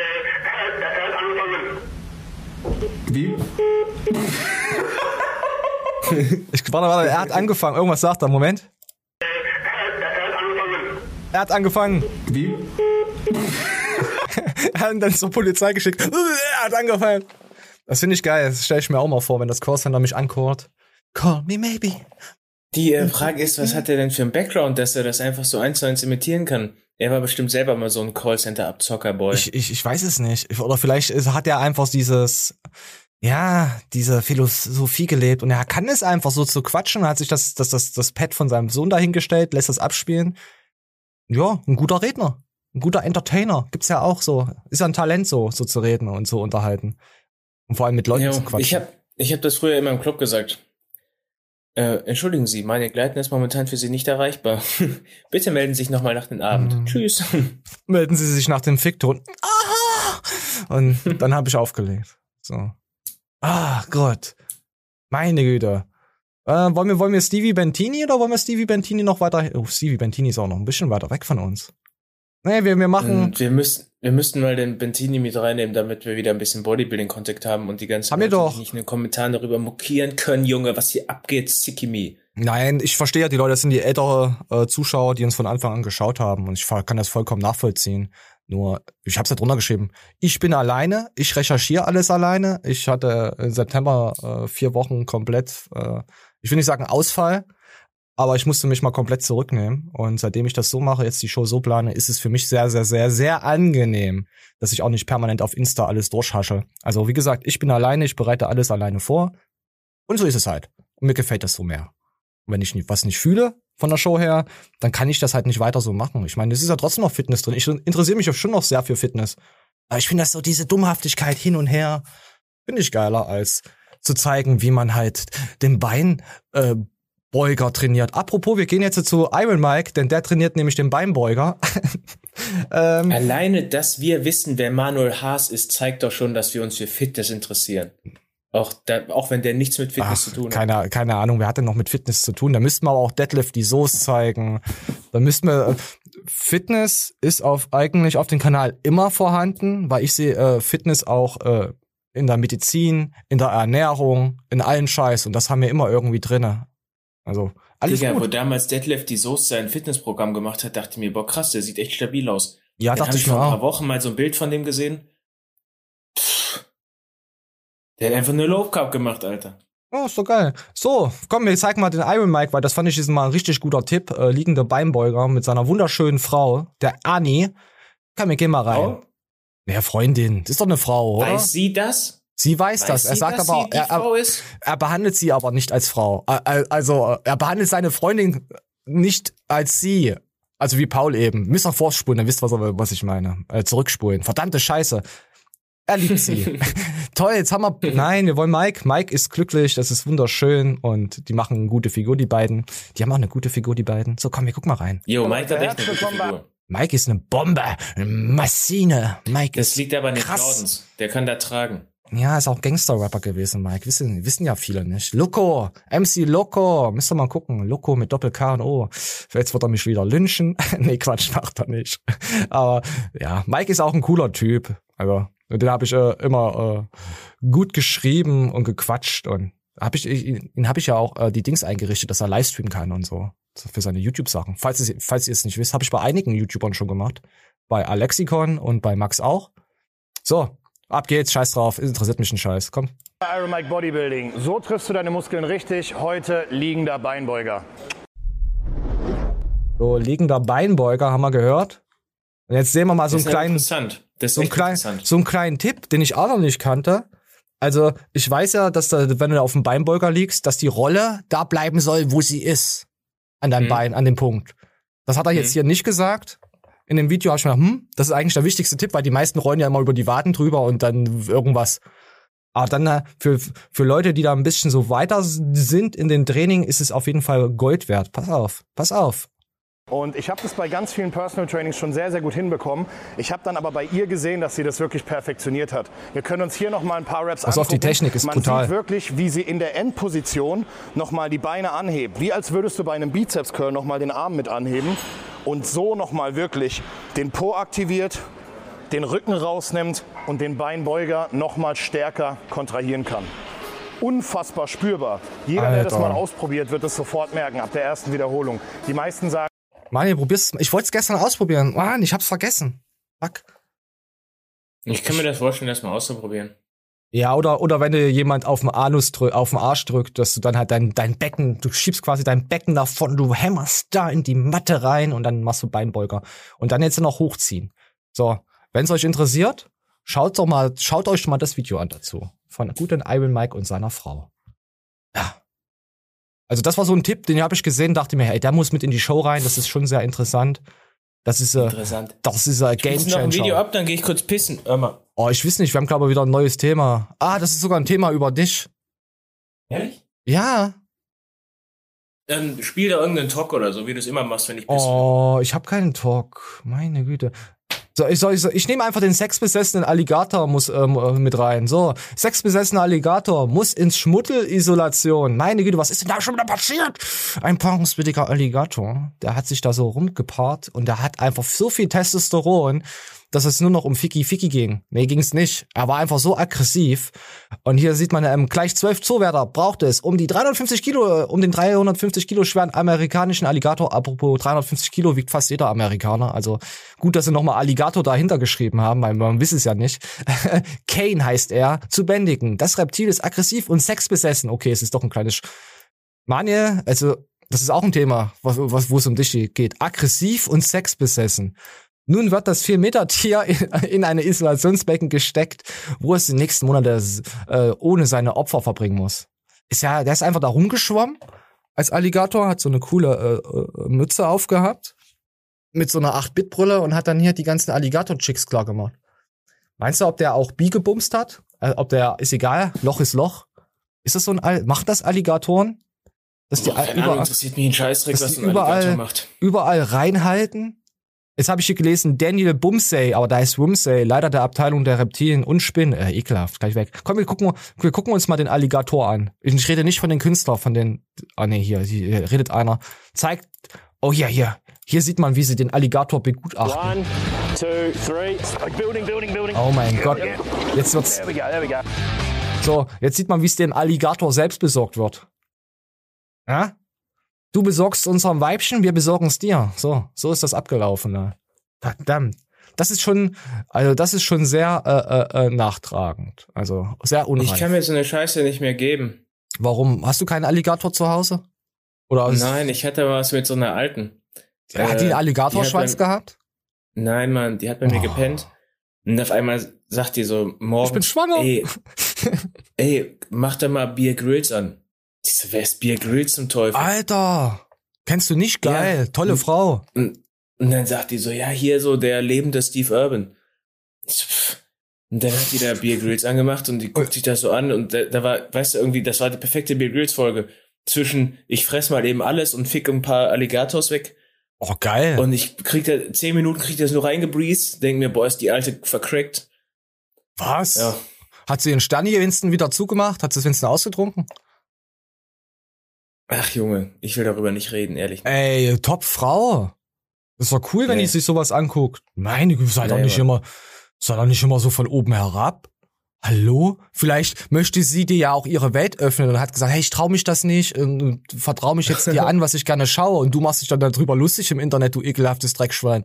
Wie?
Warte, er hat angefangen. Irgendwas sagt er. Moment. Er hat angefangen.
Wie?
Er hat ihn dann zur Polizei geschickt. Er hat angefangen. Das finde ich geil. Das stelle ich mir auch mal vor, wenn das Callcenter mich anchort. Call me maybe.
Die Frage ist, was hat er denn für einen Background, dass er das einfach so 1:1 imitieren kann? Er war bestimmt selber mal so ein Callcenter-Abzocker-Boy.
Ich weiß es nicht. Oder vielleicht hat er einfach diese Philosophie gelebt und er kann es einfach so zu quatschen und hat sich das Pad von seinem Sohn dahingestellt, lässt das abspielen. Ja, ein guter Redner. Ein guter Entertainer. Gibt's ja auch so. Ist ja ein Talent so zu reden und so unterhalten. Und vor allem mit Leuten zu quatschen.
Ich hab das früher immer im Club gesagt. Entschuldigen Sie, meine Gleitner ist momentan für Sie nicht erreichbar. Bitte melden Sie sich nochmal nach dem Abend. Tschüss.
Melden Sie sich nach dem Fickton. Aha! Und dann habe ich aufgelegt. So. Ah, Gott. Meine Güte. Wollen wir Stevie Bentini oder wollen wir Stevie Bentini noch weiter... Oh, Stevie Bentini ist auch noch ein bisschen weiter weg von uns. Nee, wir machen...
Wir müssen Wir müssten mal den Bentini mit reinnehmen, damit wir wieder ein bisschen Bodybuilding-Kontakt haben und die ganzen
Leute
nicht in den Kommentaren darüber mokieren können, Junge, was hier abgeht, Sickimi.
Nein, ich verstehe ja, die Leute, das sind die ältere Zuschauer, die uns von Anfang an geschaut haben und ich kann das vollkommen nachvollziehen. Nur, ich hab's ja drunter geschrieben, ich bin alleine, ich recherchiere alles alleine. Ich hatte im September 4 Wochen komplett, ich will nicht sagen Ausfall, aber ich musste mich mal komplett zurücknehmen. Und seitdem ich das so mache, jetzt die Show so plane, ist es für mich sehr, sehr, sehr, sehr angenehm, dass ich auch nicht permanent auf Insta alles durchhasche. Also wie gesagt, ich bin alleine, ich bereite alles alleine vor. Und so ist es halt. Und mir gefällt das so mehr. Und wenn ich was nicht fühle von der Show her, dann kann ich das halt nicht weiter so machen. Ich meine, es ist ja trotzdem noch Fitness drin. Ich interessiere mich schon noch sehr für Fitness. Aber ich finde das so, diese Dummhaftigkeit hin und her, finde ich geiler, als zu zeigen, wie man halt den Beinbeuger trainiert. Apropos, wir gehen jetzt zu Iron Mike, denn der trainiert nämlich den Beinbeuger.
Alleine, dass wir wissen, wer Manuel Haas ist, zeigt doch schon, dass wir uns für Fitness interessieren. Auch wenn der nichts mit Fitness zu tun hat.
Keine Ahnung, wer hat denn noch mit Fitness zu tun? Da müssten wir aber auch Deadlift die Soße zeigen. Da müssten wir, Fitness ist eigentlich auf dem Kanal immer vorhanden, weil ich sehe Fitness auch in der Medizin, in der Ernährung, in allen Scheiß. Und das haben wir immer irgendwie drinne. Also, alles
Digga,
gut.
wo damals Detlef die Soße sein Fitnessprogramm gemacht hat, dachte ich mir, boah, krass, der sieht echt stabil aus.
Ja,
Dann
dachte ich
vor
mir
ein
auch.
paar Wochen mal so ein Bild von dem gesehen. Der hat einfach nur Low Carb gemacht, Alter.
Oh, ist doch geil. So, komm, wir zeigen mal den Iron Mike, weil das fand ich jetzt mal ein richtig guter Tipp. Liegender Beinbeuger mit seiner wunderschönen Frau, der Annie. Komm, wir gehen mal rein.
Frau?
Ja, Freundin. Das ist doch eine Frau, oder?
Weiß sie das?
Sie weiß das. Er
sie,
sagt
dass
aber,
sie die Frau ist?
er behandelt sie aber nicht als Frau. Also, er behandelt seine Freundin nicht als sie. Also wie Paul eben. Müsst ihr vorspulen, dann wisst ihr, was ich meine. Zurückspulen. Verdammte Scheiße. Er liebt sie. Toll, jetzt haben wir... Nein, wir wollen Mike. Mike ist glücklich, das ist wunderschön und die machen eine gute Figur, die beiden. Die haben auch eine gute Figur, die beiden. So, komm, wir gucken mal rein.
Jo, Mike hat echt eine gute Figur.
Mike ist eine Bombe, eine Maschine. Mike
Das
ist
liegt aber an den
krass.
Jordans. Der kann da tragen.
Ja, ist auch Gangster-Rapper gewesen, Mike. Wissen ja viele nicht. Loco, MC Loco. Müsst ihr mal gucken. Loco mit Doppel-K und O. Jetzt wird er mich wieder lynchen. Nee, Quatsch, macht er nicht. Aber ja, Mike ist auch ein cooler Typ. Also, den habe ich immer gut geschrieben und gequatscht. Und ihn habe ich ja auch die Dings eingerichtet, dass er Livestreamen kann und so. Für seine YouTube-Sachen. Falls ihr es nicht wisst, habe ich bei einigen YouTubern schon gemacht. Bei Alexikon und bei Max auch. So. Ab geht's, scheiß drauf, interessiert mich ein Scheiß, komm.
Iron Mike Bodybuilding, so triffst du deine Muskeln richtig, heute liegender Beinbeuger.
So, liegender Beinbeuger, haben wir gehört. Und jetzt sehen wir mal so einen kleinen,
Interessant. Das ist interessant.
so einen kleinen Tipp, den ich auch noch nicht kannte. Also, ich weiß ja, dass wenn du auf dem Beinbeuger liegst, dass die Rolle da bleiben soll, wo sie ist. An deinem Bein, an dem Punkt. Das hat er jetzt hier nicht gesagt. In dem Video habe ich mir gedacht, das ist eigentlich der wichtigste Tipp, weil die meisten rollen ja immer über die Waden drüber und dann irgendwas. Aber dann für Leute, die da ein bisschen so weiter sind in den Training, ist es auf jeden Fall Gold wert. Pass auf.
Und ich habe das bei ganz vielen Personal Trainings schon sehr, sehr gut hinbekommen. Ich habe dann aber bei ihr gesehen, dass sie das wirklich perfektioniert hat. Wir können uns hier nochmal ein paar Reps angucken.
Pass auf, die Technik ist brutal.
Man sieht wirklich, wie sie in der Endposition nochmal die Beine anhebt. Wie als würdest du bei einem Bizeps-Curl nochmal den Arm mit anheben. Und so nochmal wirklich den Po aktiviert, den Rücken rausnimmt und den Beinbeuger nochmal stärker kontrahieren kann. Unfassbar spürbar. Jeder, der das mal ausprobiert, wird es sofort merken, ab der ersten Wiederholung. Die meisten sagen,
Mann, probier's. Ich wollte es gestern ausprobieren. Mann, ich hab's vergessen. Fuck.
Ich kann mir das vorstellen, das mal auszuprobieren.
Ja, oder wenn dir jemand auf den Arsch drückt, dass du dann halt dein Becken, du schiebst quasi dein Becken davon, du hämmerst da in die Matte rein und dann machst du Beinbeuger. Und dann jetzt noch hochziehen. So, wenn es euch interessiert, schaut euch mal das Video an dazu. Von guten Iron Mike und seiner Frau. Ja. Also das war so ein Tipp, den habe ich gesehen, dachte mir, hey, der muss mit in die Show rein, das ist schon sehr interessant. Das ist
interessant.
Das ist ein Game Changer.
Noch ein Video ab, dann gehe ich kurz pissen.
Oh, ich weiß nicht, wir haben glaube ich wieder ein neues Thema. Das ist sogar ein Thema über dich.
Ehrlich?
Ja.
Dann spiel da irgendeinen Talk oder so, wie du es immer machst, wenn ich pisse.
Oh, ich habe keinen Talk. Meine Güte. So, ich nehme einfach den sexbesessenen Alligator mit rein. So, sexbesessener Alligator muss ins Schmuddelisolation. Meine Güte, was ist denn da schon wieder passiert? Ein paarungswilliger Alligator, der hat sich da so rumgepaart und der hat einfach so viel Testosteron, dass es nur noch um Ficky ging. Nee, ging's nicht. Er war einfach so aggressiv. Und hier sieht man, gleich 12 Zoowärter braucht es, um den 350 Kilo schweren amerikanischen Alligator, apropos 350 Kilo wiegt fast jeder Amerikaner, also gut, dass sie nochmal Alligator dahinter geschrieben haben, weil man weiß es ja nicht. Kane heißt er, zu bändigen. Das Reptil ist aggressiv und sexbesessen. Okay, es ist doch ein kleines Manje, also das ist auch ein Thema, wo es um dich geht. Aggressiv und sexbesessen. Nun wird das 4-Meter-Tier in eine Isolationsbecken gesteckt, wo es die nächsten Monate ohne seine Opfer verbringen muss. Der ist einfach da rumgeschwommen als Alligator, hat so eine coole Mütze aufgehabt mit so einer 8-Bit-Brille und hat dann hier die ganzen Alligator-Chicks klar gemacht. Meinst du, ob der auch Bi gebumst hat? Ist egal, Loch ist Loch. Ist das so ein macht das Alligatoren? Dass die
keine Ahnung, interessiert mich ein Scheißdreck, was ein Alligator macht.
Überall reinhalten. Jetzt habe ich hier gelesen, Daniel Bumsey, aber da ist Wumsey, Leiter der Abteilung der Reptilien und Spinnen. Ekelhaft, gleich weg. Komm, wir gucken uns mal den Alligator an. Ich rede nicht von den Künstlern, von den... hier redet einer. Zeigt... Oh ja, hier. Hier sieht man, wie sie den Alligator begutachten.
1, 2, 3. Building.
Oh mein Gott. Jetzt wird's...
There we go.
So, jetzt sieht man, wie es dem Alligator selbst besorgt wird. Ja? Du besorgst unserem Weibchen, wir besorgen es dir. So ist das abgelaufen. Ne? Verdammt. Das ist schon sehr nachtragend. Also sehr unreif.
Ich kann mir so eine Scheiße nicht mehr geben.
Warum? Hast du keinen Alligator zu Hause?
Nein, ich hatte was mit so einer alten.
Hat die einen Alligatorschwanz gehabt?
Nein, Mann, die hat bei mir gepennt. Und auf einmal sagt die so morgens...
Ich bin schwanger.
Ey, mach da mal Bear Grylls an. Ich so, wer ist Bear Grylls zum Teufel?
Alter, kennst du nicht? Geil, ja. Tolle Frau.
Und dann sagt die so, ja, hier so der lebende Steve Urban. Ich so, und dann hat die da Bear Grylls angemacht und die guckt sich das so an und da war, weißt du, irgendwie, das war die perfekte Bear Grylls Folge. Zwischen, ich fress mal eben alles und fick ein paar Alligators weg.
Oh, geil.
Und ich 10 Minuten krieg das nur reingebreezed, denk mir, boah, ist die alte vercrackt.
Was?
Ja.
Hat sie den Stanni Winston wieder zugemacht? Hat sie das Winston ausgetrunken?
Ach Junge, ich will darüber nicht reden, ehrlich.
Ey, top Frau. Das ist doch cool, wenn die sich sowas anguckt. Meine Güte, sei doch nicht immer so von oben herab. Hallo? Vielleicht möchte sie dir ja auch ihre Welt öffnen und hat gesagt, hey, ich trau mich das nicht und vertrau mich jetzt dir an, was ich gerne schaue und du machst dich dann darüber lustig im Internet, du ekelhaftes Dreckschwein.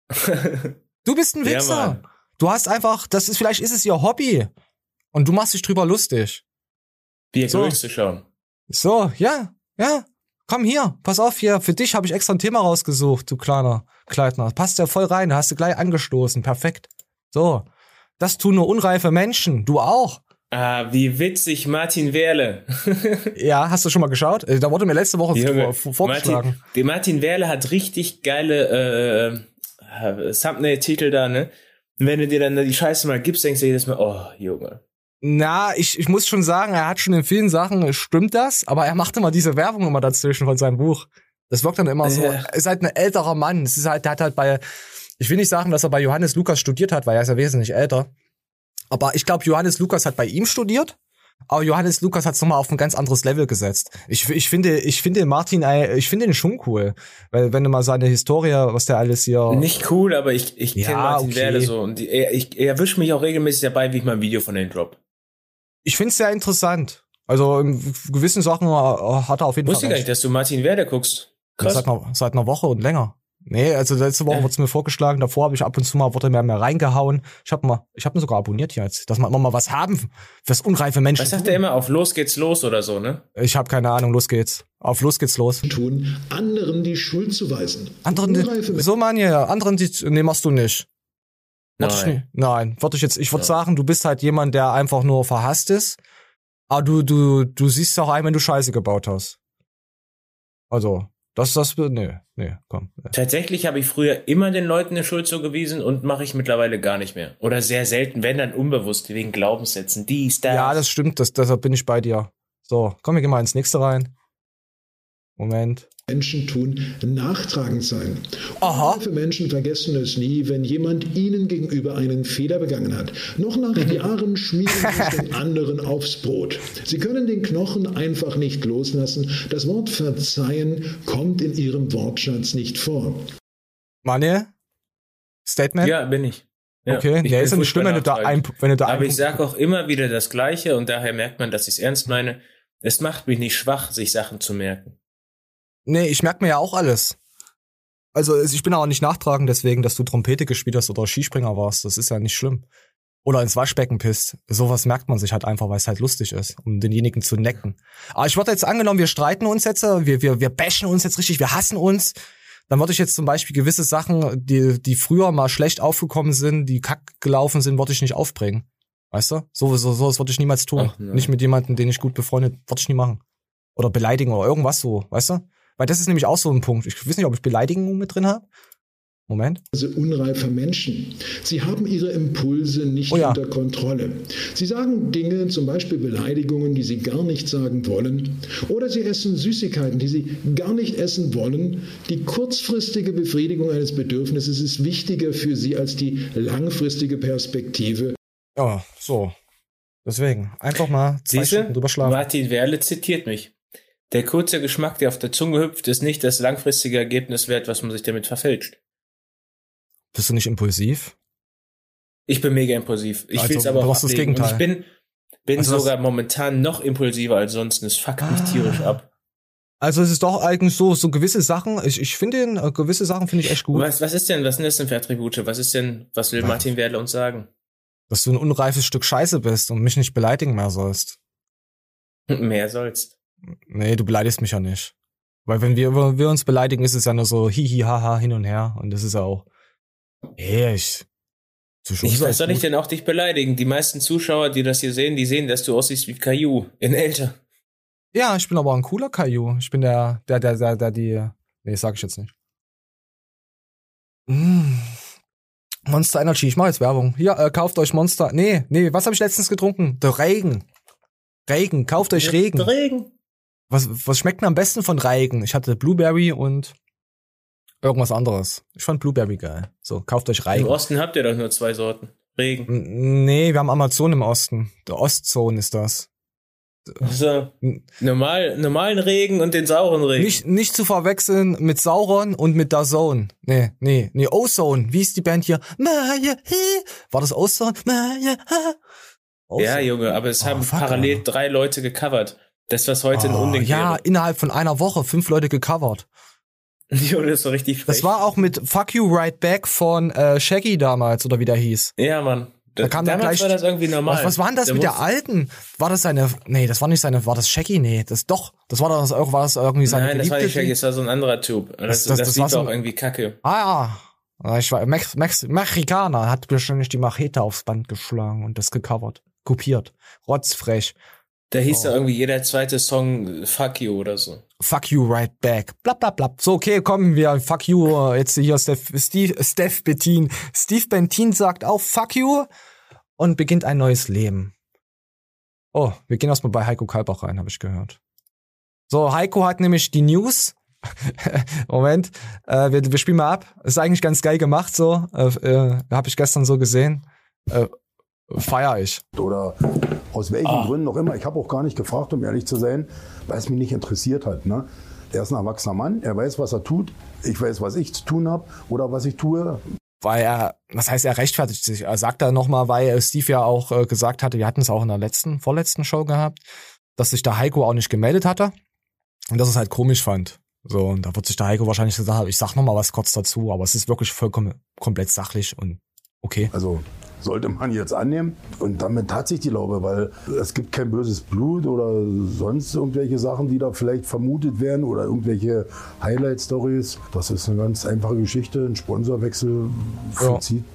Du bist ein Wichser. Ja, du hast einfach, vielleicht ist es ihr Hobby und du machst dich drüber lustig.
Wie zu schauen.
So, ja, komm hier, pass auf hier, für dich habe ich extra ein Thema rausgesucht, du kleiner Kleidner. Passt ja voll rein, da hast du gleich angestoßen, perfekt. So, das tun nur unreife Menschen, du auch.
Ah, wie witzig, Martin Wehrle.
Ja, hast du schon mal geschaut? Da wurde mir letzte Woche vorgeschlagen.
Martin Wehrle hat richtig geile Thumbnail-Titel da, ne? Und wenn du dir dann die Scheiße mal gibst, denkst du jedes Mal, oh, Junge.
Na, ich muss schon sagen, er hat schon in vielen Sachen, stimmt das, aber er macht immer diese Werbung immer dazwischen von seinem Buch. Das wirkt dann immer so, er ist halt ein älterer Mann. Es ist halt, der hat halt ich will nicht sagen, dass er bei Johannes Lukas studiert hat, weil er ist ja wesentlich älter. Aber ich glaube, Johannes Lukas hat bei ihm studiert, aber Johannes Lukas hat es nochmal auf ein ganz anderes Level gesetzt. Ich finde Martin, ich finde ihn schon cool. Weil wenn du mal seine Historie, was der alles hier...
Nicht cool, aber ich kenne Martin Wehrle so. Und er erwischt mich auch regelmäßig dabei, wie ich mal ein Video von ihm drop.
Ich find's sehr interessant. Also in gewissen Sachen hat er auf jeden Fall.
Wusste gar nicht, dass du Martin Wehrle guckst. Krass.
Seit einer Woche und länger. Nee, also letzte Woche wurde es mir vorgeschlagen, davor habe ich ab und zu mal, wurde mir mehr reingehauen. Ich hab ihn sogar abonniert hier jetzt, dass wir immer mal was haben fürs unreife Menschen.
Was sagt der immer? Auf los geht's los oder so, ne?
Ich habe keine Ahnung, los geht's. Auf los geht's los.
Tun, anderen die Schuld zuweisen.
Anderen machst du nicht. Nein, ich würde sagen, du bist halt jemand, der einfach nur verhasst ist, aber du siehst es auch ein, wenn du Scheiße gebaut hast. Also, komm.
Tatsächlich habe ich früher immer den Leuten eine Schuld zugewiesen und mache ich mittlerweile gar nicht mehr. Oder sehr selten, wenn dann unbewusst, wegen Glaubenssätzen, dies, das.
Ja, das stimmt, deshalb bin ich bei dir. So, komm, wir gehen mal ins nächste rein. Moment.
Menschen tun, nachtragend sein.
Aha.
Für Menschen vergessen es nie, wenn jemand ihnen gegenüber einen Fehler begangen hat. Noch nach Jahren schmieren sie den anderen aufs Brot. Sie können den Knochen einfach nicht loslassen. Das Wort verzeihen kommt in ihrem Wortschatz nicht vor.
Manje? Statement?
Ja, bin ich. Ja,
okay, ja, ist ja nicht schlimm, wenn du da
Aber ich sage auch immer wieder das Gleiche und daher merkt man, dass ich es ernst meine. Es macht mich nicht schwach, sich Sachen zu merken.
Nee, ich merke mir ja auch alles. Also ich bin auch nicht nachtragend deswegen, dass du Trompete gespielt hast oder Skispringer warst. Das ist ja nicht schlimm. Oder ins Waschbecken pisst. Sowas merkt man sich halt einfach, weil es halt lustig ist, um denjenigen zu necken. Aber ich würde jetzt angenommen, wir streiten uns jetzt, wir bashen uns jetzt richtig, wir hassen uns. Dann würde ich jetzt zum Beispiel gewisse Sachen, die früher mal schlecht aufgekommen sind, die kack gelaufen sind, würde ich nicht aufbringen. Weißt du? Sowas würde ich niemals tun. Nicht mit jemandem, den ich gut befreundet, würde ich nie machen. Oder beleidigen oder irgendwas so, weißt du? Weil das ist nämlich auch so ein Punkt. Ich weiß nicht, ob ich Beleidigungen mit drin habe. Moment.
Unreifer Menschen. Sie haben ihre Impulse nicht unter Kontrolle. Sie sagen Dinge, zum Beispiel Beleidigungen, die sie gar nicht sagen wollen. Oder sie essen Süßigkeiten, die sie gar nicht essen wollen. Die kurzfristige Befriedigung eines Bedürfnisses ist wichtiger für sie als die langfristige Perspektive.
Ja, so. Deswegen. Einfach mal 2 Stunden drüber schlafen.
Martin Werle zitiert mich. Der kurze Geschmack, der auf der Zunge hüpft, ist nicht das langfristige Ergebnis wert, was man sich damit verfälscht.
Bist du nicht impulsiv?
Ich bin mega impulsiv. Ich will es aber
auch
ablegen.
Das Gegenteil.
Und ich bin sogar momentan noch impulsiver als sonst. Es fuckt mich tierisch ab.
Also es ist doch eigentlich so gewisse Sachen, ich finde gewisse Sachen finde ich echt gut.
Was sind das denn für Attribute? Was will Martin Werle uns sagen?
Dass du ein unreifes Stück Scheiße bist und mich nicht beleidigen mehr sollst.
Mehr sollst.
Nee, du beleidigst mich ja nicht. Weil wenn wir uns beleidigen, ist es ja nur so hihi, haha, hin und her. Und das ist ja auch
was soll ich denn auch dich beleidigen? Die meisten Zuschauer, die das hier sehen, die sehen, dass du aussiehst wie Caillou in älter.
Ja, ich bin aber ein cooler Caillou. Ich bin der nee, sag ich jetzt nicht. Monster Energy, ich mache jetzt Werbung. Hier, kauft euch Monster. Nee, was habe ich letztens getrunken? Der Regen, kauft euch Regen.
Regen.
Was schmeckt denn am besten von Regen? Ich hatte Blueberry und irgendwas anderes. Ich fand Blueberry geil. So, kauft euch Regen.
Im Osten habt ihr doch nur 2 Sorten. Regen.
Nee, wir haben Amazon im Osten. Der Ostzone ist das.
Also, normalen Regen und den sauren Regen.
Nicht zu verwechseln mit Sauron und mit DAZN. Nee, Ozone. Wie ist die Band hier? War das Ozone?
Ja, Junge, aber es haben parallel 3 Leute gecovert. Das, was heute ein Unding wäre.
Ja, innerhalb von einer Woche 5 Leute gecovert.
Jo, das war richtig frech.
Das war auch mit Fuck You Right Back von Shaggy damals, oder wie der hieß.
Ja, Mann.
Da kam
damals
gleich,
war das irgendwie normal.
Was war denn das mit der alten? War das seine, nee, das war nicht seine, war das Shaggy? Nee, das war das irgendwie seine
Nein, das war nicht Shaggy, das war so ein anderer Typ. Das Lied war auch irgendwie kacke.
Ja. Ich war, Mexikaner hat wahrscheinlich die Machete aufs Band geschlagen und das kopiert. Rotzfrech.
Da hieß ja irgendwie jeder zweite Song Fuck You oder so.
Fuck You Right Back. Blab, blab, blab. So, okay, kommen wir. Fuck You. Jetzt hier Steve Bentin. Steve Bentin sagt auch Fuck You und beginnt ein neues Leben. Oh, wir gehen erstmal bei Heiko Kalbach rein, habe ich gehört. So, Heiko hat nämlich die News. Moment. Wir spielen mal ab. Ist eigentlich ganz geil gemacht, so. Habe ich gestern so gesehen. Feier ich.
Oder aus welchen Gründen auch immer. Ich habe auch gar nicht gefragt, um ehrlich zu sein, weil es mich nicht interessiert hat. Ne? Er ist ein erwachsener Mann, er weiß, was er tut. Ich weiß, was ich zu tun habe oder was ich tue.
Weil er rechtfertigt sich. Er sagt da nochmal, weil Steve ja auch gesagt hatte, wir hatten es auch in der vorletzten Show gehabt, dass sich der Heiko auch nicht gemeldet hatte und dass es halt komisch fand. So, und da wird sich der Heiko wahrscheinlich gesagt haben, ich sag nochmal was kurz dazu, aber es ist wirklich vollkommen komplett sachlich und okay.
Also sollte man jetzt annehmen. Und damit hat sich die Laube, weil es gibt kein böses Blut oder sonst irgendwelche Sachen, die da vielleicht vermutet werden oder irgendwelche Highlight-Stories. Das ist eine ganz einfache Geschichte. Ein Sponsorwechsel vollzieht.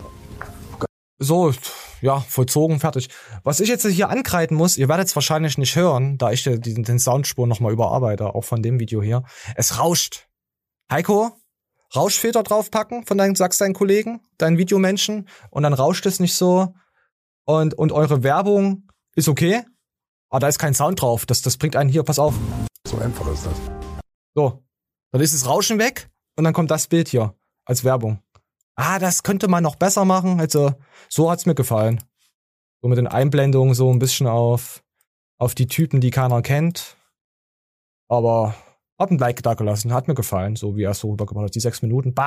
So, ja, vollzogen, fertig. Was ich jetzt hier ankreiden muss, ihr werdet es wahrscheinlich nicht hören, da ich den Soundspur nochmal überarbeite, auch von dem Video hier. Es rauscht. Heiko? Rauschfilter draufpacken von deinen Kollegen, deinen Videomenschen, und dann rauscht es nicht so. Und eure Werbung ist okay, aber da ist kein Sound drauf. Das bringt einen hier, pass auf.
So einfach ist das.
So, dann ist das Rauschen weg und dann kommt das Bild hier als Werbung. Das könnte man noch besser machen. Also, so hat's mir gefallen. So mit den Einblendungen so ein bisschen auf die Typen, die keiner kennt. Aber hab ein Like da gelassen, hat mir gefallen, so wie er es so rübergebracht hat. Die 6 Minuten, bam,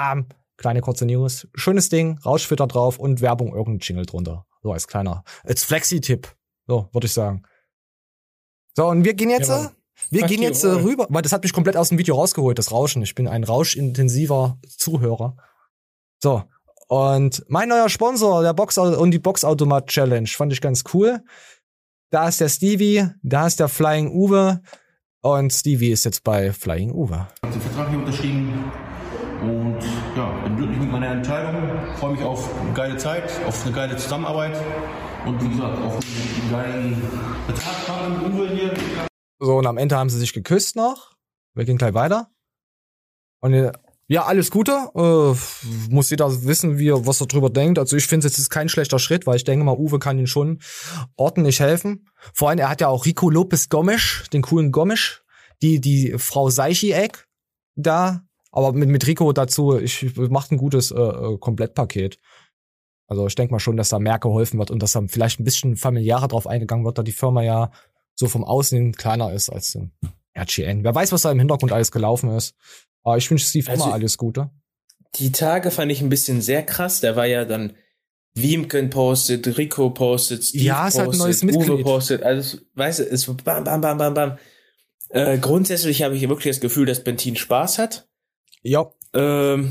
Kleine kurze News. Schönes Ding, Rauschfilter drauf und Werbung, irgendein Jingle drunter. So als kleiner, als Flexi-Tipp. So, würde ich sagen. So, und wir gehen jetzt, rüber, weil das hat mich komplett aus dem Video rausgeholt, das Rauschen. Ich bin ein rauschintensiver Zuhörer. So, und mein neuer Sponsor, die Boxautomat-Challenge, fand ich ganz cool. Da ist der Stevie, da ist der Flying Uwe und Stevie ist jetzt bei Flying Uwe.
Ich habe den Vertrag hier unterschrieben und ja, bin glücklich mit meiner Entscheidung. Freue mich auf eine geile Zeit, auf eine geile Zusammenarbeit und wie gesagt, auf einen geilen Betragspartner mit Uwe hier.
So, und am Ende haben sie sich geküsst noch. Wir gehen gleich weiter. Und ja, alles Gute. Muss jeder wissen, was er drüber denkt. Also ich finde, es ist kein schlechter Schritt, weil ich denke mal, Uwe kann ihm schon ordentlich helfen. Vor allem, er hat ja auch Rico Lopez Gomes, den coolen Gomes, die Frau Seichi-Eck da. Aber mit Rico dazu, macht ein gutes Komplettpaket. Also ich denke mal schon, dass da mehr geholfen wird und dass da vielleicht ein bisschen familiärer drauf eingegangen wird, da die Firma ja so vom Aussehen kleiner ist als RGN. Wer weiß, was da im Hintergrund alles gelaufen ist. Aber ich wünsche Steve immer alles Gute.
Die Tage fand ich ein bisschen sehr krass. Da war ja dann Wiemken postet, Rico postet, Steve
postet, halt ein neues
Uwe postet. Also, weißt du, es bam, bam, bam, bam, bam. Grundsätzlich habe ich wirklich das Gefühl, dass Bentin Spaß hat.
Ja.
Das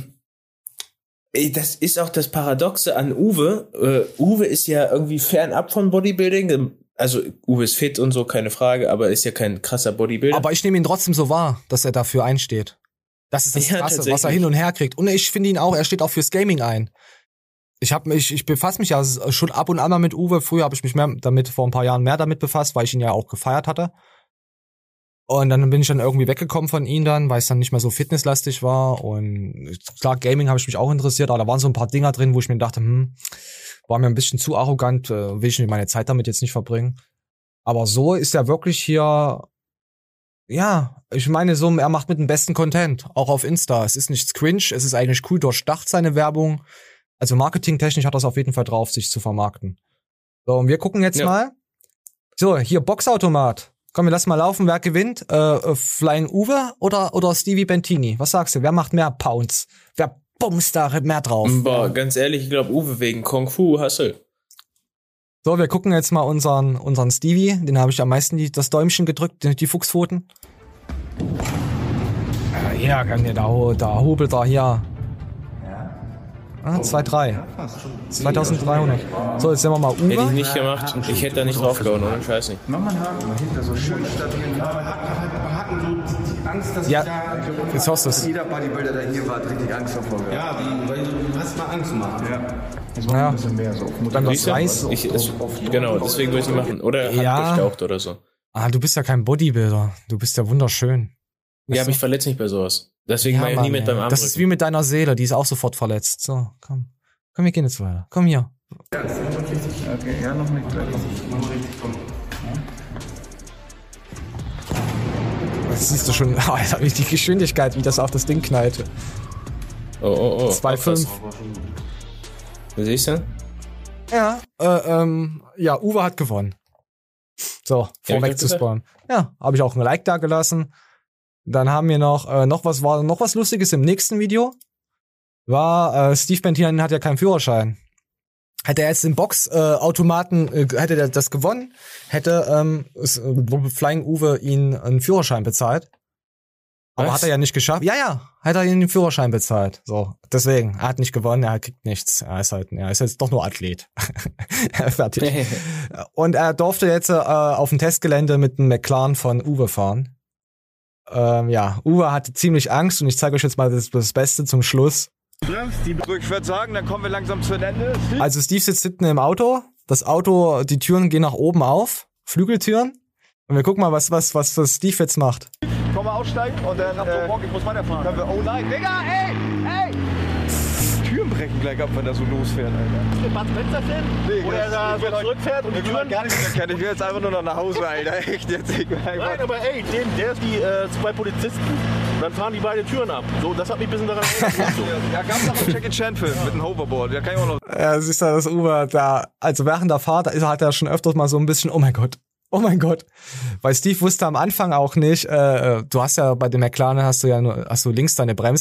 ist auch das Paradoxe an Uwe. Uwe ist ja irgendwie fernab von Bodybuilding. Also Uwe ist fit und so, keine Frage, aber ist ja kein krasser Bodybuilder.
Aber ich nehme ihn trotzdem so wahr, dass er dafür einsteht. Das ist das Krasse, was er hin und her kriegt. Und ich finde ihn auch, er steht auch fürs Gaming ein. Ich befasse mich ja schon ab und an mal mit Uwe. Früher habe ich mich vor ein paar Jahren mehr damit befasst, weil ich ihn ja auch gefeiert hatte. Und dann bin ich dann irgendwie weggekommen von ihm dann, weil es dann nicht mehr so fitnesslastig war. Und klar, Gaming habe ich mich auch interessiert, aber da waren so ein paar Dinger drin, wo ich mir dachte, war mir ein bisschen zu arrogant, will ich meine Zeit damit jetzt nicht verbringen. Aber so ist er wirklich hier, ja, ich meine so, er macht mit dem besten Content, auch auf Insta. Es ist nichts cringe, es ist eigentlich cool durchdacht, seine Werbung. Also marketingtechnisch hat das auf jeden Fall drauf, sich zu vermarkten. So, und wir gucken jetzt mal. So, hier Boxautomat. Komm, wir lassen mal laufen, wer gewinnt? Flying Uwe oder Stevie Bentini? Was sagst du, wer macht mehr Pounds? Wer bumst da mehr drauf?
Boah, ganz ehrlich, ich glaube Uwe wegen Kung Fu Hustle.
So, wir gucken jetzt mal unseren Stevie. Den habe ich am meisten das Däumchen gedrückt, die Fuchspfoten. Ja, kann der da hobelt er hier. 2,3. 2300. So, jetzt sehen wir mal Uwe.
Hätte ich nicht gemacht. Ich hätte da nicht draufgehauen, oder? Scheiß nicht.
Mach mal einen Haken dahinter, so schön stabil. Aber Haken, so die Angst, dass
ja,
ich da...
jetzt hast du es.
Jeder Bodybuilder, der hier war, hat richtig Angst davor. Ja, weil du hast mal Angst gemacht. Ja.
Das war ein bisschen mehr so.
Dann was Weiß.
Genau, deswegen würde ich machen. Oder handgestaucht oder so.
Du bist ja kein Bodybuilder. Du bist ja wunderschön.
Ja, aber ich verletze mich bei sowas. Deswegen war ich nie mit beim Armdrücken.
Das ist wie mit deiner Seele, die ist auch sofort verletzt. So, komm. Komm, wir gehen jetzt weiter. Komm hier.
Ja, das ist noch richtig. Okay, ja, noch nicht. Mach mal richtig, komm.
Das siehst du schon, Alter, wie die Geschwindigkeit, wie das auf das Ding knallt.
Oh.
2,5.
Siehst du?
Ja, ja, Uwe hat gewonnen. So, vorweg zu spawnen. Ja, habe ich auch ein Like da gelassen. Dann haben wir noch was Lustiges im nächsten Video. Steve Bentin hat ja keinen Führerschein. Hätte er jetzt den Boxautomaten, hätte er das gewonnen, hätte Flying Uwe ihn einen Führerschein bezahlt. Aber hat er ja nicht geschafft. Ja, hat er ihn den Führerschein bezahlt. So, deswegen, er hat nicht gewonnen, er kriegt nichts. Er ist jetzt doch nur Athlet. Fertig. Und er durfte jetzt auf dem Testgelände mit dem McLaren von Uwe fahren. Uwe hatte ziemlich Angst und ich zeige euch jetzt mal das Beste zum Schluss.
Ich würde sagen, dann kommen wir langsam zu Ende.
Also Steve sitzt hinten im Auto. Das Auto, die Türen gehen nach oben auf. Flügeltüren. Und wir gucken mal, was Steve jetzt macht.
Komm mal aussteigen und dann ich muss weiterfahren. Können wir, oh nein, Digga, ey! Türen brechen gleich ab, wenn er so losfährt, Alter.
Bad Spencer-Fan?
Nee,
oder er da so zurückfährt und die Türen...
gar nicht mehr kennen. Ich will jetzt einfach nur noch nach Hause, Alter. Echt jetzt.
Nein, aber ey, der ist die zwei Polizisten. Dann fahren die beide Türen ab. So, das hat mich ein bisschen daran erinnert.
Ja, gab's noch einen Jackie Chan-Film mit einem Hoverboard. Da kann ich auch noch...
Ja, siehst du, das Uwe da, also während der Fahrt hat er schon öfters mal so ein bisschen, oh mein Gott. Weil Steve wusste am Anfang auch nicht, du hast ja bei dem McLaren hast du links deine Bremse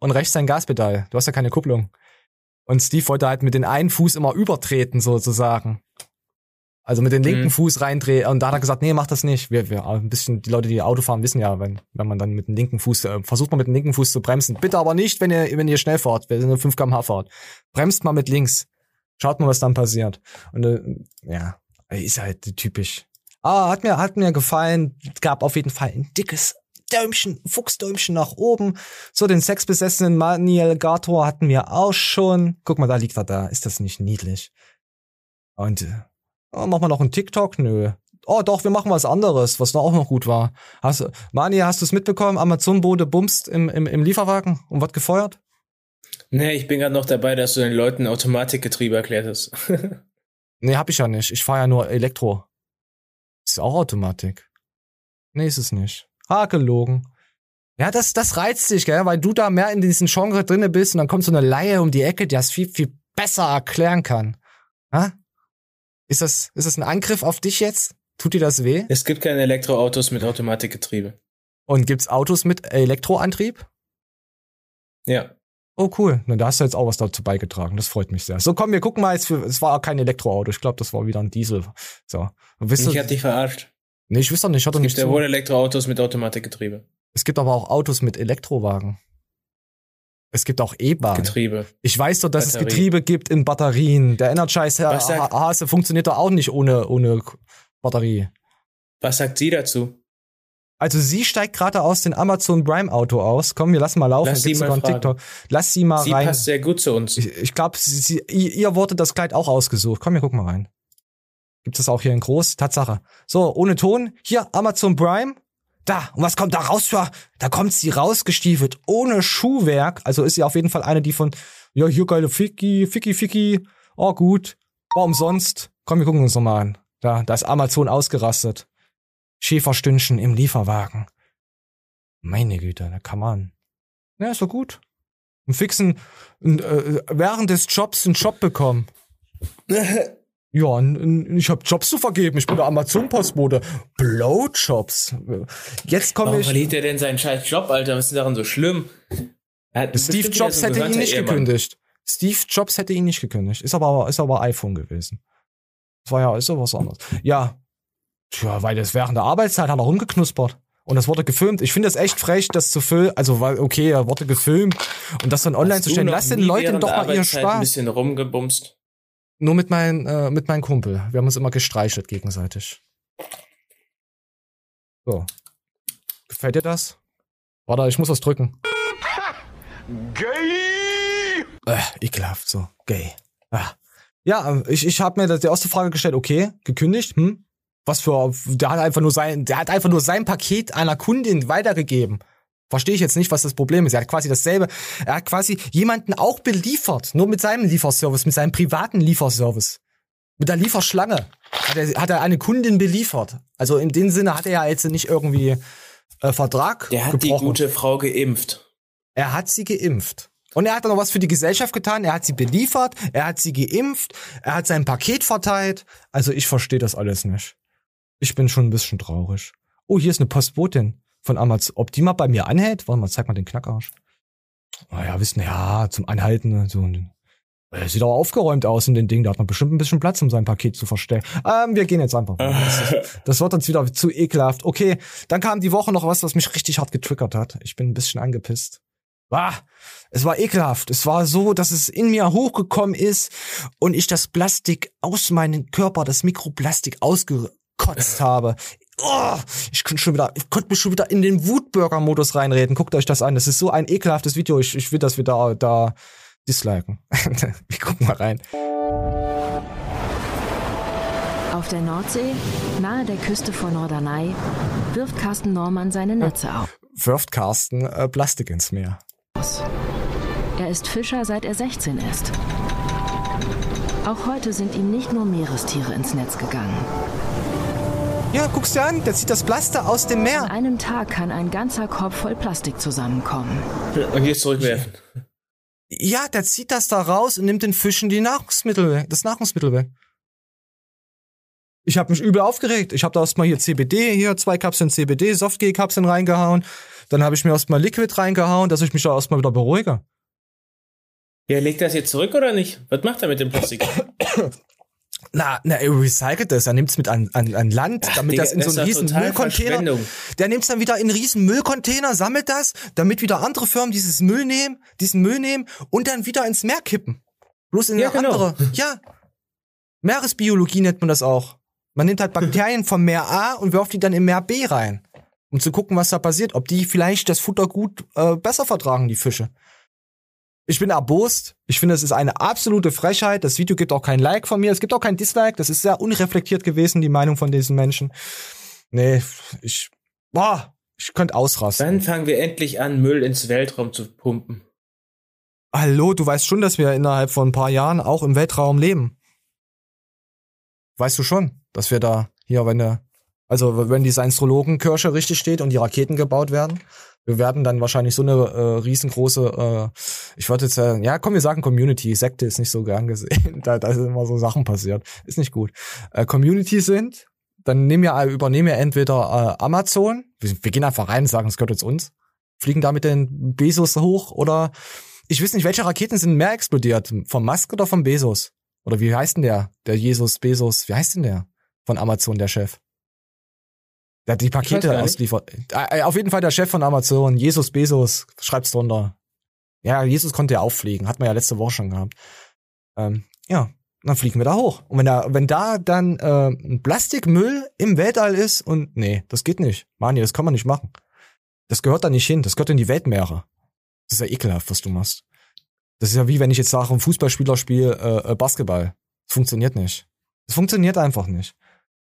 und rechts dein Gaspedal. Du hast ja keine Kupplung. Und Steve wollte halt mit dem einen Fuß immer übertreten, sozusagen. Also mit dem linken Fuß reindrehen. Und da hat er gesagt, nee, mach das nicht. Wir ein bisschen, die Leute, die Auto fahren, wissen ja, wenn man dann mit dem linken Fuß, versucht man mit dem linken Fuß zu bremsen. Bitte aber nicht, wenn ihr schnell fahrt, wenn ihr 5 km/h fahrt. Bremst mal mit links. Schaut mal, was dann passiert. Und ja, ist halt typisch. Hat mir gefallen. Gab auf jeden Fall ein dickes Däumchen, Fuchsdäumchen nach oben. So, den sexbesessenen Maniel Gator hatten wir auch schon. Guck mal, da liegt er da. Ist das nicht niedlich? Und machen wir noch einen TikTok? Nö. Oh doch, wir machen was anderes, was auch noch gut war. Mani, hast du es mitbekommen? Amazon-Bote bumst im Lieferwagen und wird gefeuert?
Nee, ich bin gerade noch dabei, dass du den Leuten Automatikgetriebe erklärt hast.
Nee, hab ich ja nicht. Ich fahre ja nur Elektro. Ist auch Automatik. Nee, ist es nicht. Gelogen. Ja, das reizt dich, gell, weil du da mehr in diesen Genre drinne bist und dann kommt so eine Laie um die Ecke, die das viel, viel besser erklären kann. Ha? Ist das ein Angriff auf dich jetzt? Tut dir das weh?
Es gibt keine Elektroautos mit Automatikgetriebe.
Und gibt's Autos mit Elektroantrieb?
Ja.
Oh, cool. Na, da hast du jetzt auch was dazu beigetragen. Das freut mich sehr. So, komm, wir gucken mal jetzt es war kein Elektroauto. Ich glaube, das war wieder ein Diesel. So.
Ich hab dich verarscht.
Nee, ich wüsste doch nicht. Ich hatte nicht
Es gibt ja wohl Elektroautos mit Automatikgetriebe.
Es gibt aber auch Autos mit Elektrowagen. Es gibt auch E-Bahn.
Getriebe.
Ich weiß doch, dass es Getriebe gibt in Batterien. Der Energize-Hase funktioniert doch auch nicht ohne Batterie.
Was sagt sie dazu?
Also sie steigt gerade aus dem Amazon Prime Auto aus. Komm, wir lassen mal laufen.
Lass sie mal
TikTok. Lass sie mal rein.
Sie passt sehr gut zu uns.
Ich glaube, ihr wurde das Kleid auch ausgesucht. Komm, wir gucken mal rein. Gibt es auch hier in groß? Tatsache. So, ohne Ton. Hier, Amazon Prime. Da, und was kommt da raus für? Da kommt sie rausgestiefelt, ohne Schuhwerk. Also ist sie auf jeden Fall eine, die von, ja, hier geile Ficky. Oh, gut. War umsonst. Komm, wir gucken uns nochmal an. Da ist Amazon ausgerastet. Schäferstündchen im Lieferwagen. Meine Güte, da kann man. Ja, ist doch gut. Während des Jobs einen Job bekommen. Ja, ich habe Jobs zu vergeben. Ich bin der Amazon-Postbote. Blowjobs. Jetzt komme ich.
Warum verliert er denn seinen scheiß Job, Alter? Was ist denn daran so schlimm?
Steve Jobs hätte ihn nicht gekündigt. Steve Jobs hätte ihn nicht gekündigt. Ist aber iPhone gewesen. Ist aber was anderes. Ja. Tja, weil das während der Arbeitszeit hat er rumgeknuspert. Und das wurde gefilmt. Ich finde das echt frech, das zu filmen. Also, okay, er wurde gefilmt. Und das dann online zu stellen. Lass den Leuten doch mal ihren Spaß.
Ein bisschen rumgebumst.
Nur mit meinem Kumpel. Wir haben uns immer gestreichelt gegenseitig. So. Gefällt dir das? Warte, ich muss was drücken.
Gay!
Ekelhaft, so. Gay. Ja, ich habe mir die erste Frage gestellt, okay, gekündigt, der hat einfach nur sein Paket einer Kundin weitergegeben. Verstehe ich jetzt nicht, was das Problem ist. Er hat quasi dasselbe, er hat quasi jemanden auch beliefert, nur mit seinem Lieferservice, mit seinem privaten Lieferservice. Mit der Lieferschlange hat er eine Kundin beliefert. Also in dem Sinne hat er ja jetzt nicht irgendwie Vertrag
Der hat gebrochen. Die gute Frau geimpft.
Er hat sie geimpft. Und er hat dann noch was für die Gesellschaft getan. Er hat sie beliefert, er hat sie geimpft, er hat sein Paket verteilt. Also ich verstehe das alles nicht. Ich bin schon ein bisschen traurig. Oh, hier ist eine Postbotin von Amazon. Ob die mal bei mir anhält? Warte mal, zeig mal den Knackarsch. Zum Anhalten. So. Sieht auch aufgeräumt aus in den Ding. Da hat man bestimmt ein bisschen Platz, um sein Paket zu verstellen. Wir gehen jetzt einfach. Das wird uns wieder zu ekelhaft. Okay, dann kam die Woche noch was mich richtig hart getriggert hat. Ich bin ein bisschen angepisst. Es war ekelhaft. Es war so, dass es in mir hochgekommen ist und ich das Plastik aus meinem Körper, das Mikroplastik ausgekotzt habe. Ich konnte mich schon wieder in den Wutburger-Modus reinreden. Guckt euch das an. Das ist so ein ekelhaftes Video. Ich will, dass wir da disliken. Wir gucken mal rein.
Auf der Nordsee, nahe der Küste von Norderney, wirft Carsten Norman seine Netze auf.
Wirft Carsten Plastik ins Meer.
Er ist Fischer, seit er 16 ist. Auch heute sind ihm nicht nur Meerestiere ins Netz gegangen.
Ja, guck's dir an, der zieht das Plaster aus dem Meer.
An einem Tag kann ein ganzer Korb voll Plastik zusammenkommen.
Und jetzt zurückwerfen.
Ja, der zieht das da raus und nimmt den Fischen das Nahrungsmittel weg. Ich habe mich übel aufgeregt. Ich habe da erstmal hier CBD, 2 Kapseln CBD, Softgel-Kapseln reingehauen. Dann habe ich mir erstmal Liquid reingehauen, dass ich mich da erstmal wieder beruhige.
Ja, legt das jetzt zurück oder nicht? Was macht er mit dem Plastik?
Na, er recycelt das, er nimmt's mit an Land, damit Digga, das in so einen riesen Müllcontainer, der nimmt's dann wieder in einen riesen Müllcontainer, sammelt das, damit wieder andere Firmen diesen Müll nehmen und dann wieder ins Meer kippen. Bloß in eine andere. Ja. Meeresbiologie nennt man das auch. Man nimmt halt Bakterien vom Meer A und wirft die dann im Meer B rein, um zu gucken, was da passiert, ob die vielleicht das Futter gut besser vertragen, die Fische. Ich bin erbost. Ich finde, es ist eine absolute Frechheit. Das Video gibt auch kein Like von mir. Es gibt auch kein Dislike. Das ist sehr unreflektiert gewesen, die Meinung von diesen Menschen. Nee, ich könnte ausrasten.
Dann fangen wir endlich an, Müll ins Weltraum zu pumpen.
Hallo, du weißt schon, dass wir innerhalb von ein paar Jahren auch im Weltraum leben. Weißt du schon, dass wir da hier, wenn diese Astrologenkirche richtig steht und die Raketen gebaut werden, wir werden dann wahrscheinlich so eine riesengroße, ich würde jetzt sagen, wir sagen Community, Sekte ist nicht so gern gesehen, da sind immer so Sachen passiert, ist nicht gut. Community sind, dann übernehmen wir entweder Amazon, wir gehen einfach rein und sagen, es gehört jetzt uns, fliegen da mit den Bezos hoch oder, ich weiß nicht, welche Raketen sind mehr explodiert, vom Musk oder vom Bezos? Oder wie heißt denn der Jesus Bezos, wie heißt denn der von Amazon, der Chef? Der hat die Pakete ausliefert. Auf jeden Fall der Chef von Amazon, Jesus Bezos, schreibt's drunter. Ja, Jesus konnte ja auffliegen, hat man ja letzte Woche schon gehabt. Dann fliegen wir da hoch. Und wenn da dann ein Plastikmüll im Weltall ist und nee, das geht nicht. Mani, das kann man nicht machen. Das gehört da nicht hin, das gehört in die Weltmeere. Das ist ja ekelhaft, was du machst. Das ist ja wie wenn ich jetzt sage, ein Fußballspieler spielt Basketball. Das funktioniert nicht. Das funktioniert einfach nicht.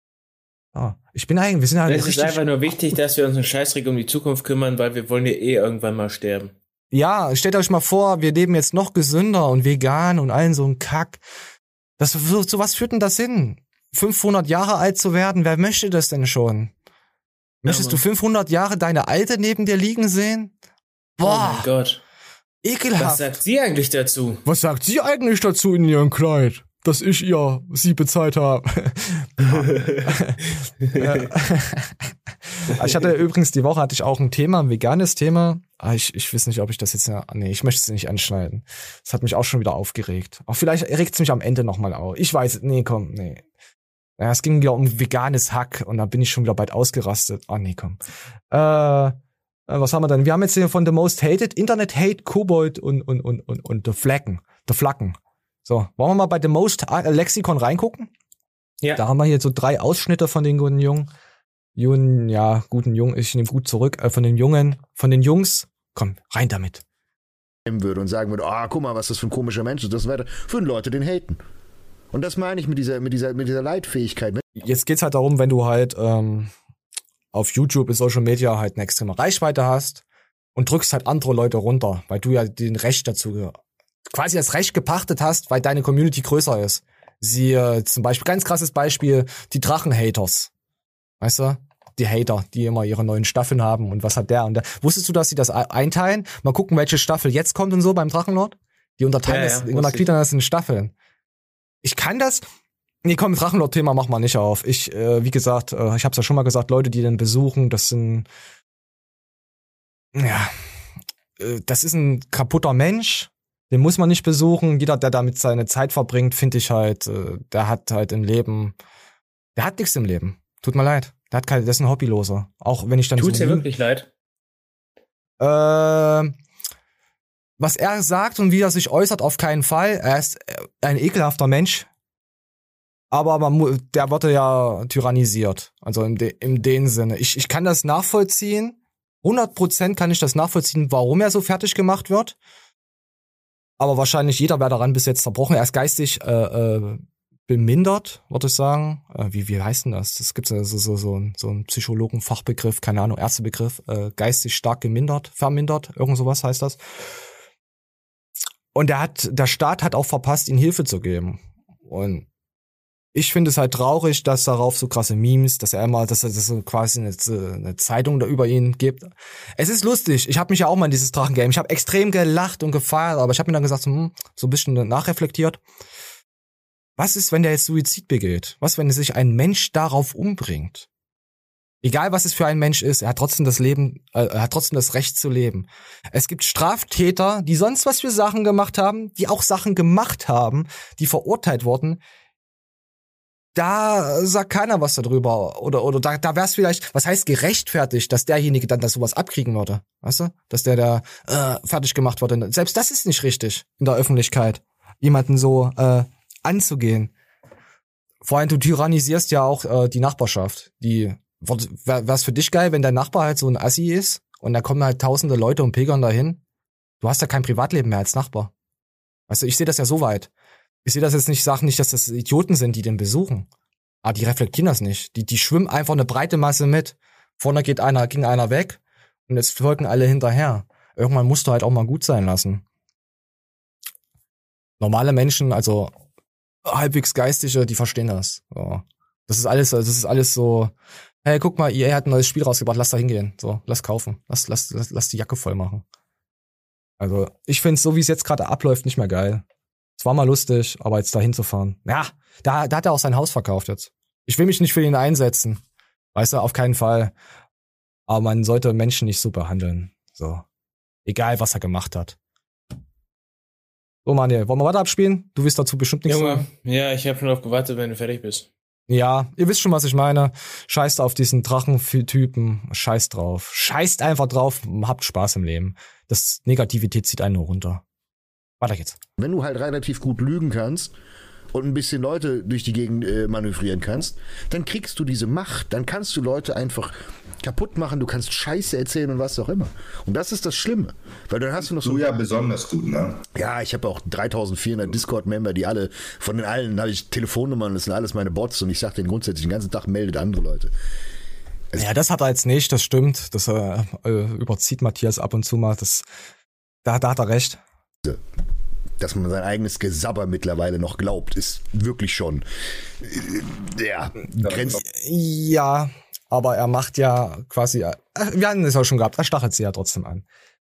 Wir sind halt
es ist einfach nur wichtig, dass wir uns einen Scheißdreck um die Zukunft kümmern, weil wir wollen ja irgendwann mal sterben.
Ja, stellt euch mal vor, wir leben jetzt noch gesünder und vegan und allen so ein Kack. Zu was führt denn das hin? 500 Jahre alt zu werden, wer möchte das denn schon? Möchtest du 500 Jahre deine Alte neben dir liegen sehen? Boah.
Oh mein Gott.
Ekelhaft.
Was sagt sie eigentlich dazu?
Was sagt sie eigentlich dazu in ihrem Kleid? Dass ich sie bezahlt habe. Ich hatte übrigens, die Woche hatte ich auch ein veganes Thema. Ich weiß nicht, ob ich das jetzt, ich möchte es nicht anschneiden. Das hat mich auch schon wieder aufgeregt. Auch vielleicht regt es mich am Ende nochmal auf. Ich weiß, nee. Ja, es ging ja um veganes Hack und da bin ich schon wieder bald ausgerastet. Komm. Was haben wir denn? Wir haben jetzt hier von The Most Hated, Internet Hate, Kobold und The Flacken. So, wollen wir mal bei The Most Lexikon reingucken? Ja. Da haben wir hier so 3 Ausschnitte von den guten Jungen. Ich nehme gut zurück, von den Jungs. Komm, rein damit.
Würde und sagen würde, guck mal, was das für ein komischer Mensch ist, das wäre für Leute den haten. Und das meine ich mit dieser Leitfähigkeit.
Jetzt geht's halt darum, wenn du halt auf YouTube in Social Media halt eine extreme Reichweite hast und drückst halt andere Leute runter, weil du ja den Recht dazu quasi das Recht gepachtet hast, weil deine Community größer ist. Siehe zum Beispiel, ganz krasses Beispiel, die Drachen-Haters. Weißt du? Die Hater, die immer ihre neuen Staffeln haben und was hat der und der. Wusstest du, dass sie das einteilen? Mal gucken, welche Staffel jetzt kommt und so beim Drachenlord? Die unterteilen das in Staffeln. Ich kann das... Nee, komm, Drachenlord-Thema mach mal nicht auf. Wie gesagt, ich hab's ja schon mal gesagt, Leute, die den besuchen, das ist ein kaputter Mensch. Den muss man nicht besuchen. Jeder, der damit seine Zeit verbringt, finde ich halt, der hat nichts im Leben. Tut mir leid. Der ist ein Hobbyloser. Auch wenn ich dann
Tut's dir wirklich leid?
Was er sagt und wie er sich äußert, auf keinen Fall. Er ist ein ekelhafter Mensch. Aber der wurde ja tyrannisiert. Also in dem Sinne. Ich kann das nachvollziehen. 100% kann ich das nachvollziehen, warum er so fertig gemacht wird. Aber wahrscheinlich jeder wäre daran bis jetzt zerbrochen. Er ist geistig bemindert, würde ich sagen. Wie heißt denn das? Das gibt so einen Psychologen-Fachbegriff, keine Ahnung, Ärztebegriff. Geistig stark vermindert, irgend sowas heißt das. Und der Staat hat auch verpasst, ihm Hilfe zu geben. Und ich finde es halt traurig, dass darauf so krasse Memes, dass es so quasi eine Zeitung da über ihn gibt. Es ist lustig. Ich habe mich ja auch mal in dieses Drachengame, ich habe extrem gelacht und gefeiert, aber ich habe mir dann gesagt, so ein bisschen nachreflektiert. Was ist, wenn der jetzt Suizid begeht? Was, wenn sich ein Mensch darauf umbringt? Egal, was es für ein Mensch ist, er hat trotzdem das Leben, er hat trotzdem das Recht zu leben. Es gibt Straftäter, die sonst was für Sachen gemacht haben, die auch Sachen gemacht haben, die verurteilt wurden. Da sagt keiner was darüber. Oder da wäre es vielleicht, was heißt gerechtfertigt, dass derjenige dann das sowas abkriegen würde. Weißt du? Dass der fertig gemacht wurde. Selbst das ist nicht richtig in der Öffentlichkeit, jemanden so anzugehen. Vor allem, du tyrannisierst ja auch die Nachbarschaft. Wär's für dich geil, wenn dein Nachbar halt so ein Assi ist und da kommen halt tausende Leute und pilgern dahin? Du hast ja kein Privatleben mehr als Nachbar. Also ich sehe das ja so weit. Ich sehe das jetzt nicht, sag nicht, dass das Idioten sind, die den besuchen. Aber die reflektieren das nicht. Die schwimmen einfach eine breite Masse mit. Vorne ging einer weg und jetzt folgen alle hinterher. Irgendwann musst du halt auch mal gut sein lassen. Normale Menschen, also halbwegs Geistige, die verstehen das. So. Das ist alles so, hey, guck mal, EA hat ein neues Spiel rausgebracht, lass da hingehen. So, lass kaufen. Lass die Jacke voll machen. Also, ich find's so, wie es jetzt gerade abläuft, nicht mehr geil. Es war mal lustig, aber jetzt da hinzufahren. Ja, da hat er auch sein Haus verkauft jetzt. Ich will mich nicht für ihn einsetzen. Weißt du, auf keinen Fall. Aber man sollte Menschen nicht so behandeln. So. Egal, was er gemacht hat. So, Manuel, wollen wir weiter abspielen? Du willst dazu bestimmt nichts sagen.
Ja, ich habe schon darauf gewartet, wenn du fertig bist.
Ja, ihr wisst schon, was ich meine. Scheißt auf diesen Drachentypen. Scheißt drauf. Scheißt einfach drauf. Habt Spaß im Leben. Das Negativität zieht einen nur runter. Weiter geht's.
Wenn du halt relativ gut lügen kannst und ein bisschen Leute durch die Gegend manövrieren kannst, dann kriegst du diese Macht. Dann kannst du Leute einfach kaputt machen. Du kannst Scheiße erzählen und was auch immer. Und das ist das Schlimme. Weil dann hast du noch so...
Du ja besonders gut, ne?
Ja, ich habe auch 3400 Discord-Member, die alle, von den allen habe ich Telefonnummern, das sind alles meine Bots und ich sage denen grundsätzlich den ganzen Tag, meldet andere Leute.
Ja, das hat er jetzt nicht, das stimmt. Das überzieht Matthias ab und zu mal. Da hat er recht.
Dass man sein eigenes Gesabber mittlerweile noch glaubt, ist wirklich schon
Ja, aber er macht ja quasi, wir hatten es auch schon gehabt, er stachelt sie ja trotzdem an.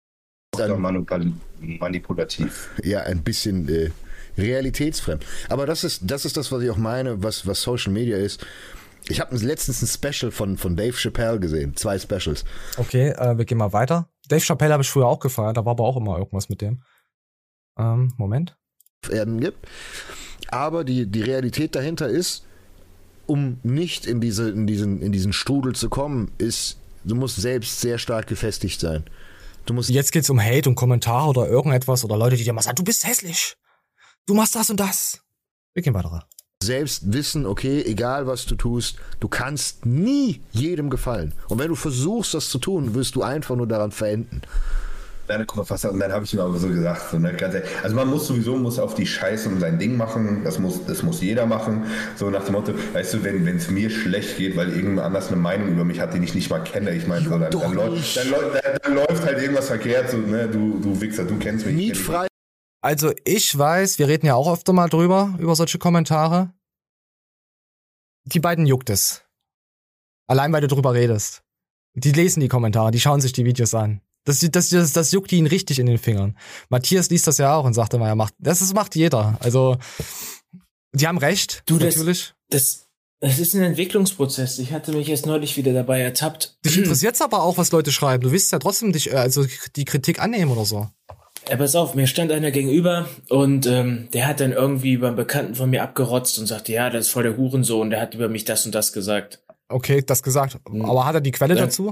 Manipulativ.
Ja, ein bisschen realitätsfremd. Aber das ist das, was ich auch meine, was Social Media ist. Ich habe letztens ein Special von Dave Chappelle gesehen, 2 Specials.
Okay, wir gehen mal weiter. Dave Chappelle habe ich früher auch gefeiert, da war aber auch immer irgendwas mit dem. Moment.
Erden gibt. Aber die Realität dahinter ist, um nicht in diesen Strudel zu kommen, du musst selbst sehr stark gefestigt sein.
Jetzt geht's um Hate und Kommentare oder irgendetwas oder Leute, die dir mal sagen, du bist hässlich. Du machst das und das. Wir gehen weiter.
Selbst wissen, okay, egal was du tust, du kannst nie jedem gefallen. Und wenn du versuchst, das zu tun, wirst du einfach nur daran verenden.
Und dann habe ich ihm aber so gesagt, so, ne, ganz ehrlich, also man muss auf die Scheiße und sein Ding machen, das muss jeder machen, so nach dem Motto, weißt du, wenn es mir schlecht geht, weil irgendjemand anders eine Meinung über mich hat, den ich nicht mal kenne, ich meine, so, dann läuft halt irgendwas verkehrt, so, ne, du Wichser, du kennst mich.
Mietfrei.
Also ich weiß, wir reden ja auch öfter mal über solche Kommentare. Die beiden juckt es. Allein, weil du drüber redest. Die lesen die Kommentare, die schauen sich die Videos an. Das juckt ihn richtig in den Fingern. Matthias liest das ja auch und sagt immer, das macht jeder. Also, die haben recht, natürlich.
Das ist ein Entwicklungsprozess. Ich hatte mich erst neulich wieder dabei ertappt.
Dich interessiert's aber auch, was Leute schreiben. Du willst ja trotzdem die Kritik annehmen oder so.
Ja, pass auf, mir stand einer gegenüber und der hat dann irgendwie beim Bekannten von mir abgerotzt und sagte, ja, das ist voll der Hurensohn, der hat über mich das und das gesagt.
Okay, das gesagt. Aber hat er die Quelle dazu?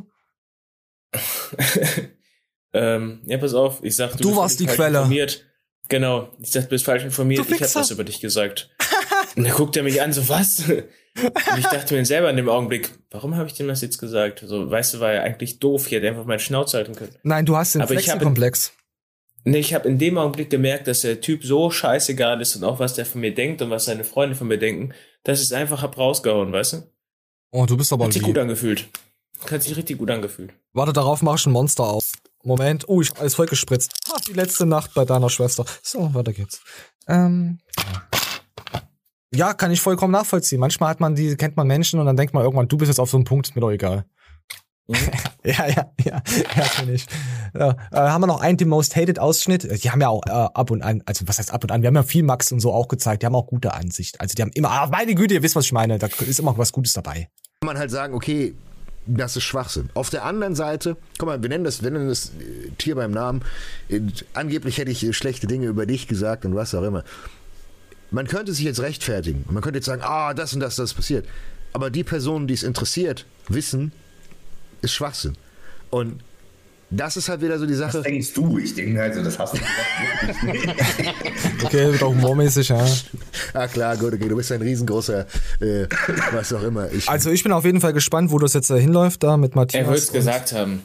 Ja, pass auf, ich sag,
du warst die Quelle.
Informiert. Genau, ich sag, du bist falsch informiert, ich hab was über dich gesagt. Und dann guckt er mich an, so, was? Und ich dachte mir selber in dem Augenblick, warum habe ich dem das jetzt gesagt? So, weißt du, war ja eigentlich doof, ich hätte einfach meinen Schnauz halten können.
Nein, du hast den Flexenkomplex.
Ich habe in dem Augenblick gemerkt, dass der Typ so scheißegal ist und auch was der von mir denkt und was seine Freunde von mir denken, dass ich es einfach hab rausgehauen, weißt du?
Oh, du bist aber
Hat sich gut angefühlt. Hat sich richtig gut angefühlt.
Warte, darauf mach ich ein Monster auf. Moment. Oh, ich hab alles voll gespritzt. Die letzte Nacht bei deiner Schwester. So, weiter geht's. Ja, kann ich vollkommen nachvollziehen. Manchmal kennt man Menschen und dann denkt man irgendwann, du bist jetzt auf so einem Punkt, ist mir doch egal. Mhm. ja, kenn ich. Ja, haben wir noch einen, den Most Hated Ausschnitt. Die haben ja auch ab und an, also was heißt ab und an, wir haben ja viel Max und so auch gezeigt, die haben auch gute Ansicht. Also die haben immer, meine Güte, ihr wisst, was ich meine, da ist immer was Gutes dabei.
Kann man halt sagen, okay, das ist Schwachsinn. Auf der anderen Seite, guck mal, wir nennen das Tier beim Namen. Angeblich hätte ich schlechte Dinge über dich gesagt und was auch immer. Man könnte sich jetzt rechtfertigen. Man könnte jetzt sagen, das und das passiert. Aber die Personen, die es interessiert, wissen, ist Schwachsinn. Und das ist halt wieder so die Sache.
Was denkst du? Ich denke halt so, das hast du gesagt, wirklich nicht.
Okay, wird auch humormäßig, ja.
Klar, gut, okay, du bist ein riesengroßer, was auch immer.
Ich bin auf jeden Fall gespannt, wo das jetzt hinläuft, da mit Matthias.
Er wird's gesagt haben.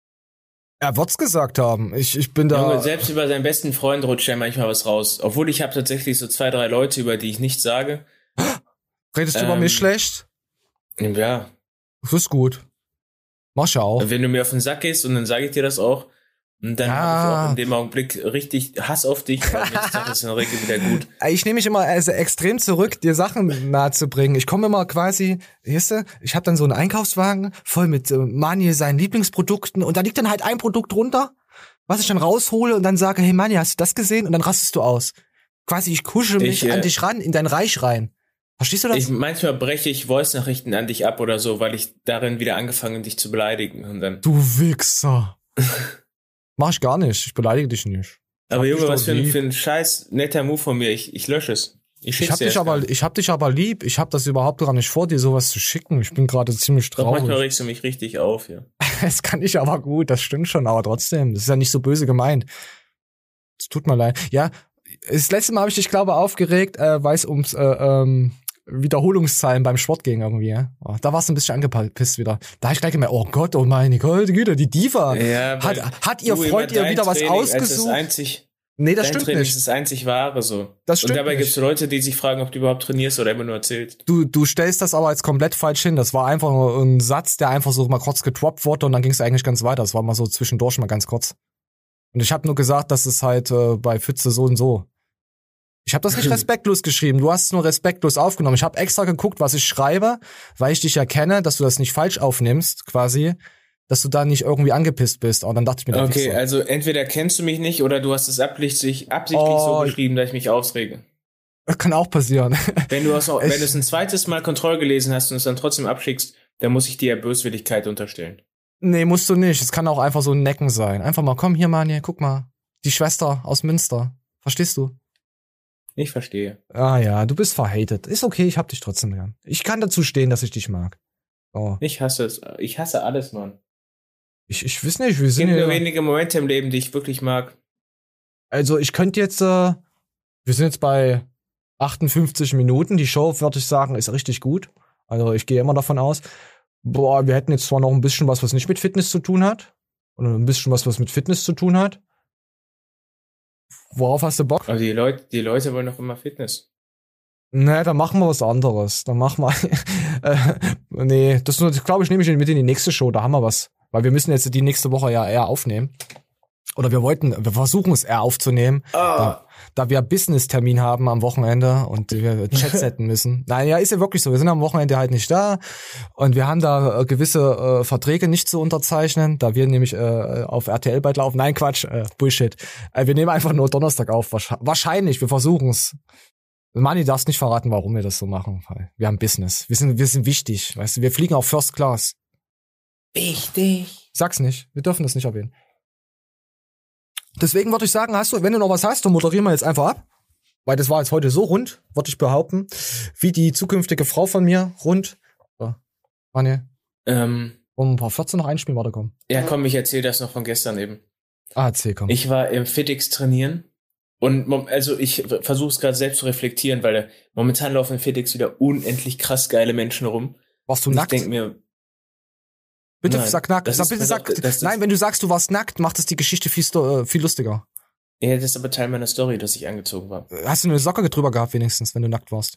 Er wird's gesagt haben. Ich bin da...
Junge, selbst über seinen besten Freund rutscht ja manchmal was raus. Obwohl ich habe tatsächlich so 2, 3 Leute, über die ich nichts sage.
Redest du über mich schlecht?
Ja.
Das ist gut. Mach ja auch.
Wenn du mir auf den Sack gehst und dann sage ich dir das auch, und dann habe ich auch in dem Augenblick richtig Hass auf dich, weil nächste Sache ist in der Regel wieder gut.
Ich nehme mich immer extrem zurück, dir Sachen nahezubringen. Ich komme immer quasi, weißt du, ich habe dann so einen Einkaufswagen voll mit Mani seinen Lieblingsprodukten und da liegt dann halt ein Produkt drunter, was ich dann raushole und dann sage, hey Mani, hast du das gesehen? Und dann rastest du aus. Quasi, ich kuschel mich an dich ran, in dein Reich rein. Verstehst du das?
Manchmal breche ich Voice-Nachrichten an dich ab oder so, weil ich darin wieder angefangen, dich zu beleidigen. Und dann
du Wichser. Mach ich gar nicht. Ich beleidige dich nicht.
Aber Junge, was für ein scheiß netter Move von mir. Ich lösche es. Ich hab
dich aber lieb. Ich hab das überhaupt gar nicht vor, dir sowas zu schicken. Ich bin gerade ziemlich traurig.
Doch manchmal regst du mich richtig auf, ja.
Das kann ich aber gut. Das stimmt schon. Aber trotzdem, das ist ja nicht so böse gemeint. Es tut mir leid. Ja, das letzte Mal habe ich dich, glaube ich, aufgeregt, weil es ums Wiederholungszahlen beim Sport ging irgendwie. Ja? Da warst du ein bisschen angepisst wieder. Da habe ich gleich gemerkt, oh Gott, oh meine Güte, die Diva.
Ja,
hat ihr Freund ihr wieder was ausgesucht? Nee, das stimmt nicht.
Das ist das einzig Wahre so.
Das stimmt.
Und dabei gibt es Leute, die sich fragen, ob du überhaupt trainierst oder immer nur erzählst.
Du stellst das aber jetzt komplett falsch hin. Das war einfach nur ein Satz, der einfach so mal kurz gedroppt wurde und dann ging es eigentlich ganz weiter. Das war mal so zwischendurch mal ganz kurz. Und ich habe nur gesagt, dass es halt bei Pfütze so und so. Ich habe das nicht respektlos geschrieben, du hast es nur respektlos aufgenommen. Ich habe extra geguckt, was ich schreibe, weil ich dich ja kenne, dass du das nicht falsch aufnimmst, quasi, dass du da nicht irgendwie angepisst bist. Und dann dachte ich mir,
okay, also entweder kennst du mich nicht oder du hast es absichtlich so geschrieben, dass ich mich aufrege.
Das kann auch passieren.
Wenn du es ein zweites Mal Kontroll gelesen hast und es dann trotzdem abschickst, dann muss ich dir Böswilligkeit unterstellen.
Nee, musst du nicht. Es kann auch einfach so ein Necken sein. Einfach mal, komm hier, Manje, guck mal. Die Schwester aus Münster. Verstehst du?
Ich verstehe.
Ja, du bist verhatet. Ist okay, ich hab dich trotzdem gern. Ich kann dazu stehen, dass ich dich mag. Oh.
Ich hasse es. Ich hasse alles, Mann.
Ich weiß nicht, wir sind
ja... Es gibt nur wenige Momente im Leben, die ich wirklich mag.
Also ich könnte jetzt... wir sind jetzt bei 58 Minuten. Die Show, würde ich sagen, ist richtig gut. Also ich gehe immer davon aus. Wir hätten jetzt zwar noch ein bisschen was nicht mit Fitness zu tun hat. Oder ein bisschen was mit Fitness zu tun hat. Worauf hast du Bock?
Aber die Leute wollen doch immer Fitness.
Nee, dann machen wir was anderes. Dann machen wir... nee, das glaube ich, nehme ich mit in die nächste Show. Da haben wir was. Weil wir müssen jetzt die nächste Woche ja eher aufnehmen. Oder wir versuchen es eher aufzunehmen. Da wir Business-Termin haben am Wochenende und wir Chatsetten müssen. Nein, ja, ist ja wirklich so. Wir sind am Wochenende halt nicht da. Und wir haben da gewisse Verträge nicht zu unterzeichnen, da wir nämlich auf RTL bald laufen. Nein, Quatsch, Bullshit. Wir nehmen einfach nur Donnerstag auf. Wahrscheinlich, wir versuchen es. Mani, darfst nicht verraten, warum wir das so machen. Wir haben Business. Wir sind wichtig. Weißt du, wir fliegen auf First Class.
Wichtig.
Sag's nicht. Wir dürfen das nicht erwähnen. Deswegen würde ich sagen, wenn du noch was hast, dann moderieren wir jetzt einfach ab. Weil das war jetzt heute so rund, würde ich behaupten. Wie die zukünftige Frau von mir, rund. Manje. Um ein paar 14 noch einspielen, warte, komm.
Ja, komm, ich erzähl das noch von gestern eben.
Erzähl, komm.
Ich war im FitX trainieren. Und also ich versuche es gerade selbst zu reflektieren, weil momentan laufen im FitX wieder unendlich krass geile Menschen rum.
Warst du nackt?
Ich denk mir,
bitte sag nackt. Nein, wenn du sagst, du warst nackt, macht es die Geschichte viel lustiger.
Ja, das ist aber Teil meiner Story, dass ich angezogen war.
Hast du eine Socke drüber gehabt wenigstens, wenn du nackt warst?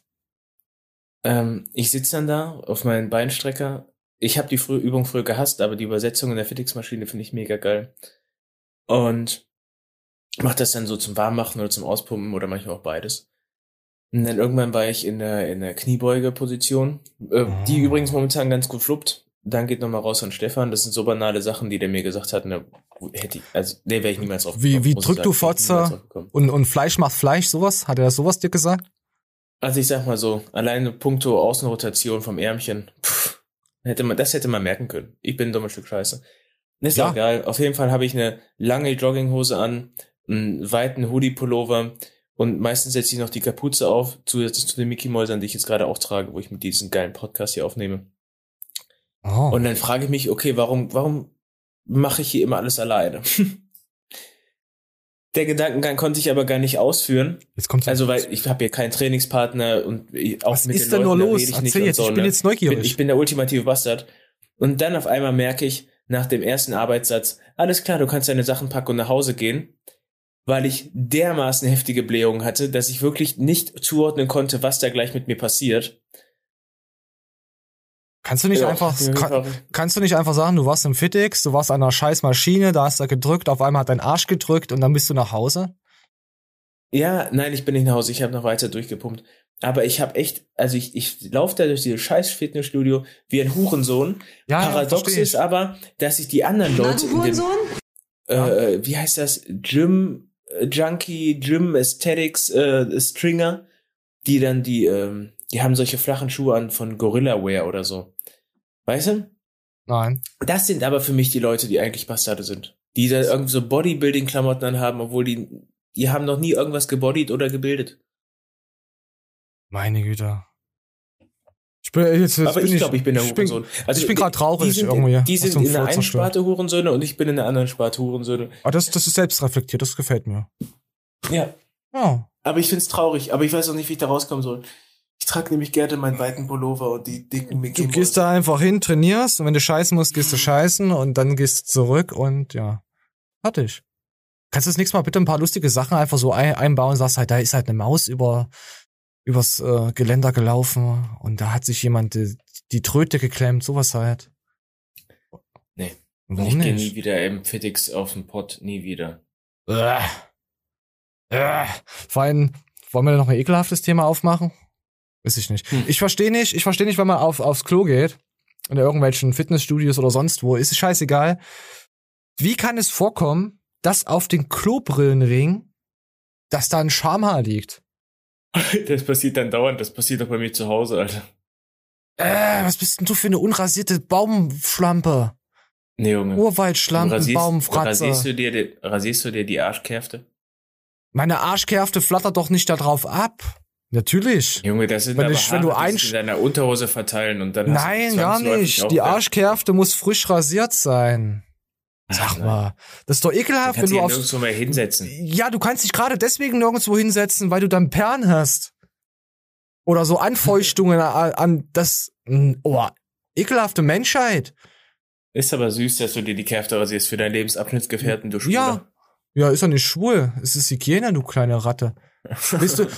Ich sitze dann da auf meinen Beinstrecker. Ich habe die Übung früher gehasst, aber die Übersetzung in der FitX-Maschine finde ich mega geil. Und mach das dann so zum Warmmachen oder zum Auspumpen oder manchmal auch beides. Und dann irgendwann war ich in der Kniebeuge-Position, die übrigens momentan ganz gut fluppt. Dann geht nochmal raus an Stefan. Das sind so banale Sachen, die der mir gesagt hat. Wäre ich niemals drauf gekommen.
Wie drückt du Fotze und Fleisch macht Fleisch, sowas? Hat er sowas dir gesagt?
Also ich sag mal so, alleine puncto Außenrotation vom Ärmchen. Das hätte man merken können. Ich bin ein dummes Stück Scheiße. Ist ja auch geil. Auf jeden Fall habe ich eine lange Jogginghose an, einen weiten Hoodie-Pullover und meistens setze ich noch die Kapuze auf, zusätzlich zu den Mickey-Mäusern, die ich jetzt gerade auch trage, wo ich mit diesem geilen Podcast hier aufnehme. Oh. Und dann frage ich mich, okay, warum mache ich hier immer alles alleine? Der Gedankengang konnte ich aber gar nicht ausführen.
Jetzt kommt's
also, weil ich habe hier keinen Trainingspartner und auch
was
mit
ist
den
denn
Leuten
nur los?
rede ich
Erzähl
nicht
jetzt,
und so,
ich bin jetzt neugierig.
Ich bin der ultimative Bastard. Und dann auf einmal merke ich, nach dem ersten Arbeitssatz, alles klar, du kannst deine Sachen packen und nach Hause gehen, weil ich dermaßen heftige Blähungen hatte, dass ich wirklich nicht zuordnen konnte, was da gleich mit mir passiert.
Kannst du nicht kannst du nicht einfach sagen, du warst im Fitix, du warst an einer scheiß Maschine, da hast du gedrückt, auf einmal hat dein Arsch gedrückt und dann bist du nach Hause?
Ja, nein, ich bin nicht nach Hause, ich habe noch weiter durchgepumpt. Aber ich habe echt, also ich laufe da durch dieses scheiß Fitnessstudio wie ein Hurensohn. Ja, Paradox ist aber, dass ich die anderen Leute wie heißt das? Gym Junkie, Gym Aesthetics Stringer, die dann die haben solche flachen Schuhe an von Gorilla Wear oder so. Weißt du?
Nein.
Das sind aber für mich die Leute, die eigentlich Bastarde sind. Die da irgendwie so Bodybuilding-Klamotten anhaben, obwohl die haben noch nie irgendwas gebodied oder gebildet.
Meine Güte. Ich bin
der Hurensohn. Also
ich bin gerade traurig
Die sind in der einen Sparte Hurensöhne und ich bin in der anderen Sparte Hurensöhne.
Aber das ist selbstreflektiert, das gefällt mir.
Ja.
Oh.
Aber ich find's traurig, aber ich weiß auch nicht, wie ich da rauskommen soll. Ich trage nämlich gerne meinen weiten Pullover und die dicken Mickey.
Du gehst da einfach hin, trainierst und wenn du scheißen musst, gehst du scheißen und dann gehst du zurück und ja. Fertig. Kannst du das nächste Mal bitte ein paar lustige Sachen einfach so einbauen und sagst halt, da ist halt eine Maus übers Geländer gelaufen und da hat sich jemand die Tröte geklemmt, sowas halt.
Nee. Warum ich gehe nie wieder im Fitix auf den Pott, nie wieder.
Vor allem, wollen wir da noch ein ekelhaftes Thema aufmachen? Weiß ich nicht. Ich verstehe nicht, wenn man aufs Klo geht, in irgendwelchen Fitnessstudios oder sonst wo, ist es scheißegal. Wie kann es vorkommen, dass auf den Klobrillenring, dass da ein Schamhaar liegt?
Das passiert dann dauernd, das passiert doch bei mir zu Hause, Alter.
Was bist denn du für eine unrasierte Baumschlampe?
Nee, Junge.
Urwaldschlampen, Baumfratze.
Rasierst du dir die Arschkräfte?
Meine Arschkräfte flattert doch nicht da drauf ab. Natürlich.
Junge, das sind wenn du in deiner Unterhose verteilen und dann
Nein, gar nicht. Die Arschkräfte muss frisch rasiert sein. Sag mal, das ist doch ekelhaft, wenn du
nirgendwo mehr hinsetzen.
Ja, du kannst dich gerade deswegen nirgendwo hinsetzen, weil du dann Perlen hast. Oder so Anfeuchtungen an das. Oh, ekelhafte Menschheit.
Ist aber süß, dass du dir die Kräfte rasierst für deinen Lebensabschnittsgefährten, du Schwuler.
Ja, ist doch nicht schwul. Es ist Hygiene, du kleine Ratte. Weißt du,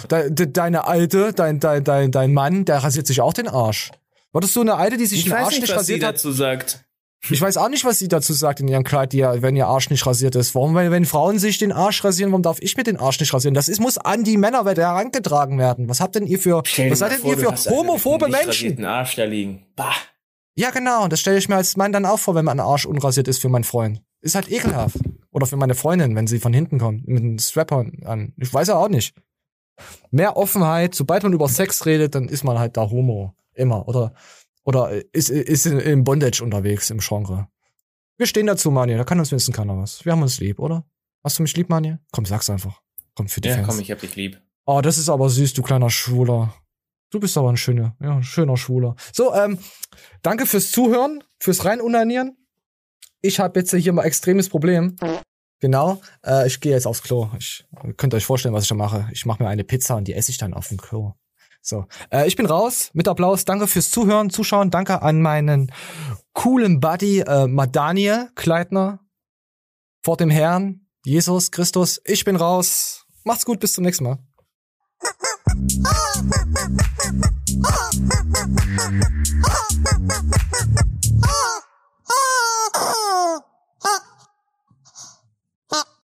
dein Mann, der rasiert sich auch den Arsch. War das so eine Alte, die sich den Arsch nicht rasiert hat?
Ich weiß nicht, was sie dazu sagt.
Ich weiß auch nicht, was sie dazu sagt in ihrem Kleid, wenn ihr Arsch nicht rasiert ist. Warum, wenn Frauen sich den Arsch rasieren, warum darf ich mir den Arsch nicht rasieren? Das muss an die Männerwelt herangetragen werden. Was seid denn ihr für homophobe Menschen?
Arsch da liegen. Bah.
Ja, genau. Das stelle ich mir als Mann dann auch vor, wenn mein Arsch unrasiert ist für meinen Freund. Ist halt ekelhaft. Oder für meine Freundin, wenn sie von hinten kommt, mit einem Strapper an. Ich weiß ja auch nicht. Mehr Offenheit. Sobald man über Sex redet, dann ist man halt da Homo. Immer. Oder ist im Bondage unterwegs im Genre. Wir stehen dazu, Manje. Da kann uns wenigstens keiner was. Wir haben uns lieb, oder? Hast du mich lieb, Manje? Komm, sag's einfach. Komm, für die Fans.
Ja, komm, ich hab dich lieb.
Oh, das ist aber süß, du kleiner Schwuler. Du bist aber ein schöner Schwuler. So, danke fürs Zuhören, fürs Reinunanieren. Ich habe jetzt hier mal extremes Problem. Genau, ich gehe jetzt aufs Klo. Ihr könnt euch vorstellen, was ich da mache. Ich mache mir eine Pizza und die esse ich dann auf dem Klo. So, ich bin raus mit Applaus. Danke fürs Zuhören, Zuschauen. Danke an meinen coolen Buddy Daniel Kleitner. Vor dem Herrn, Jesus Christus. Ich bin raus. Macht's gut, bis zum nächsten Mal.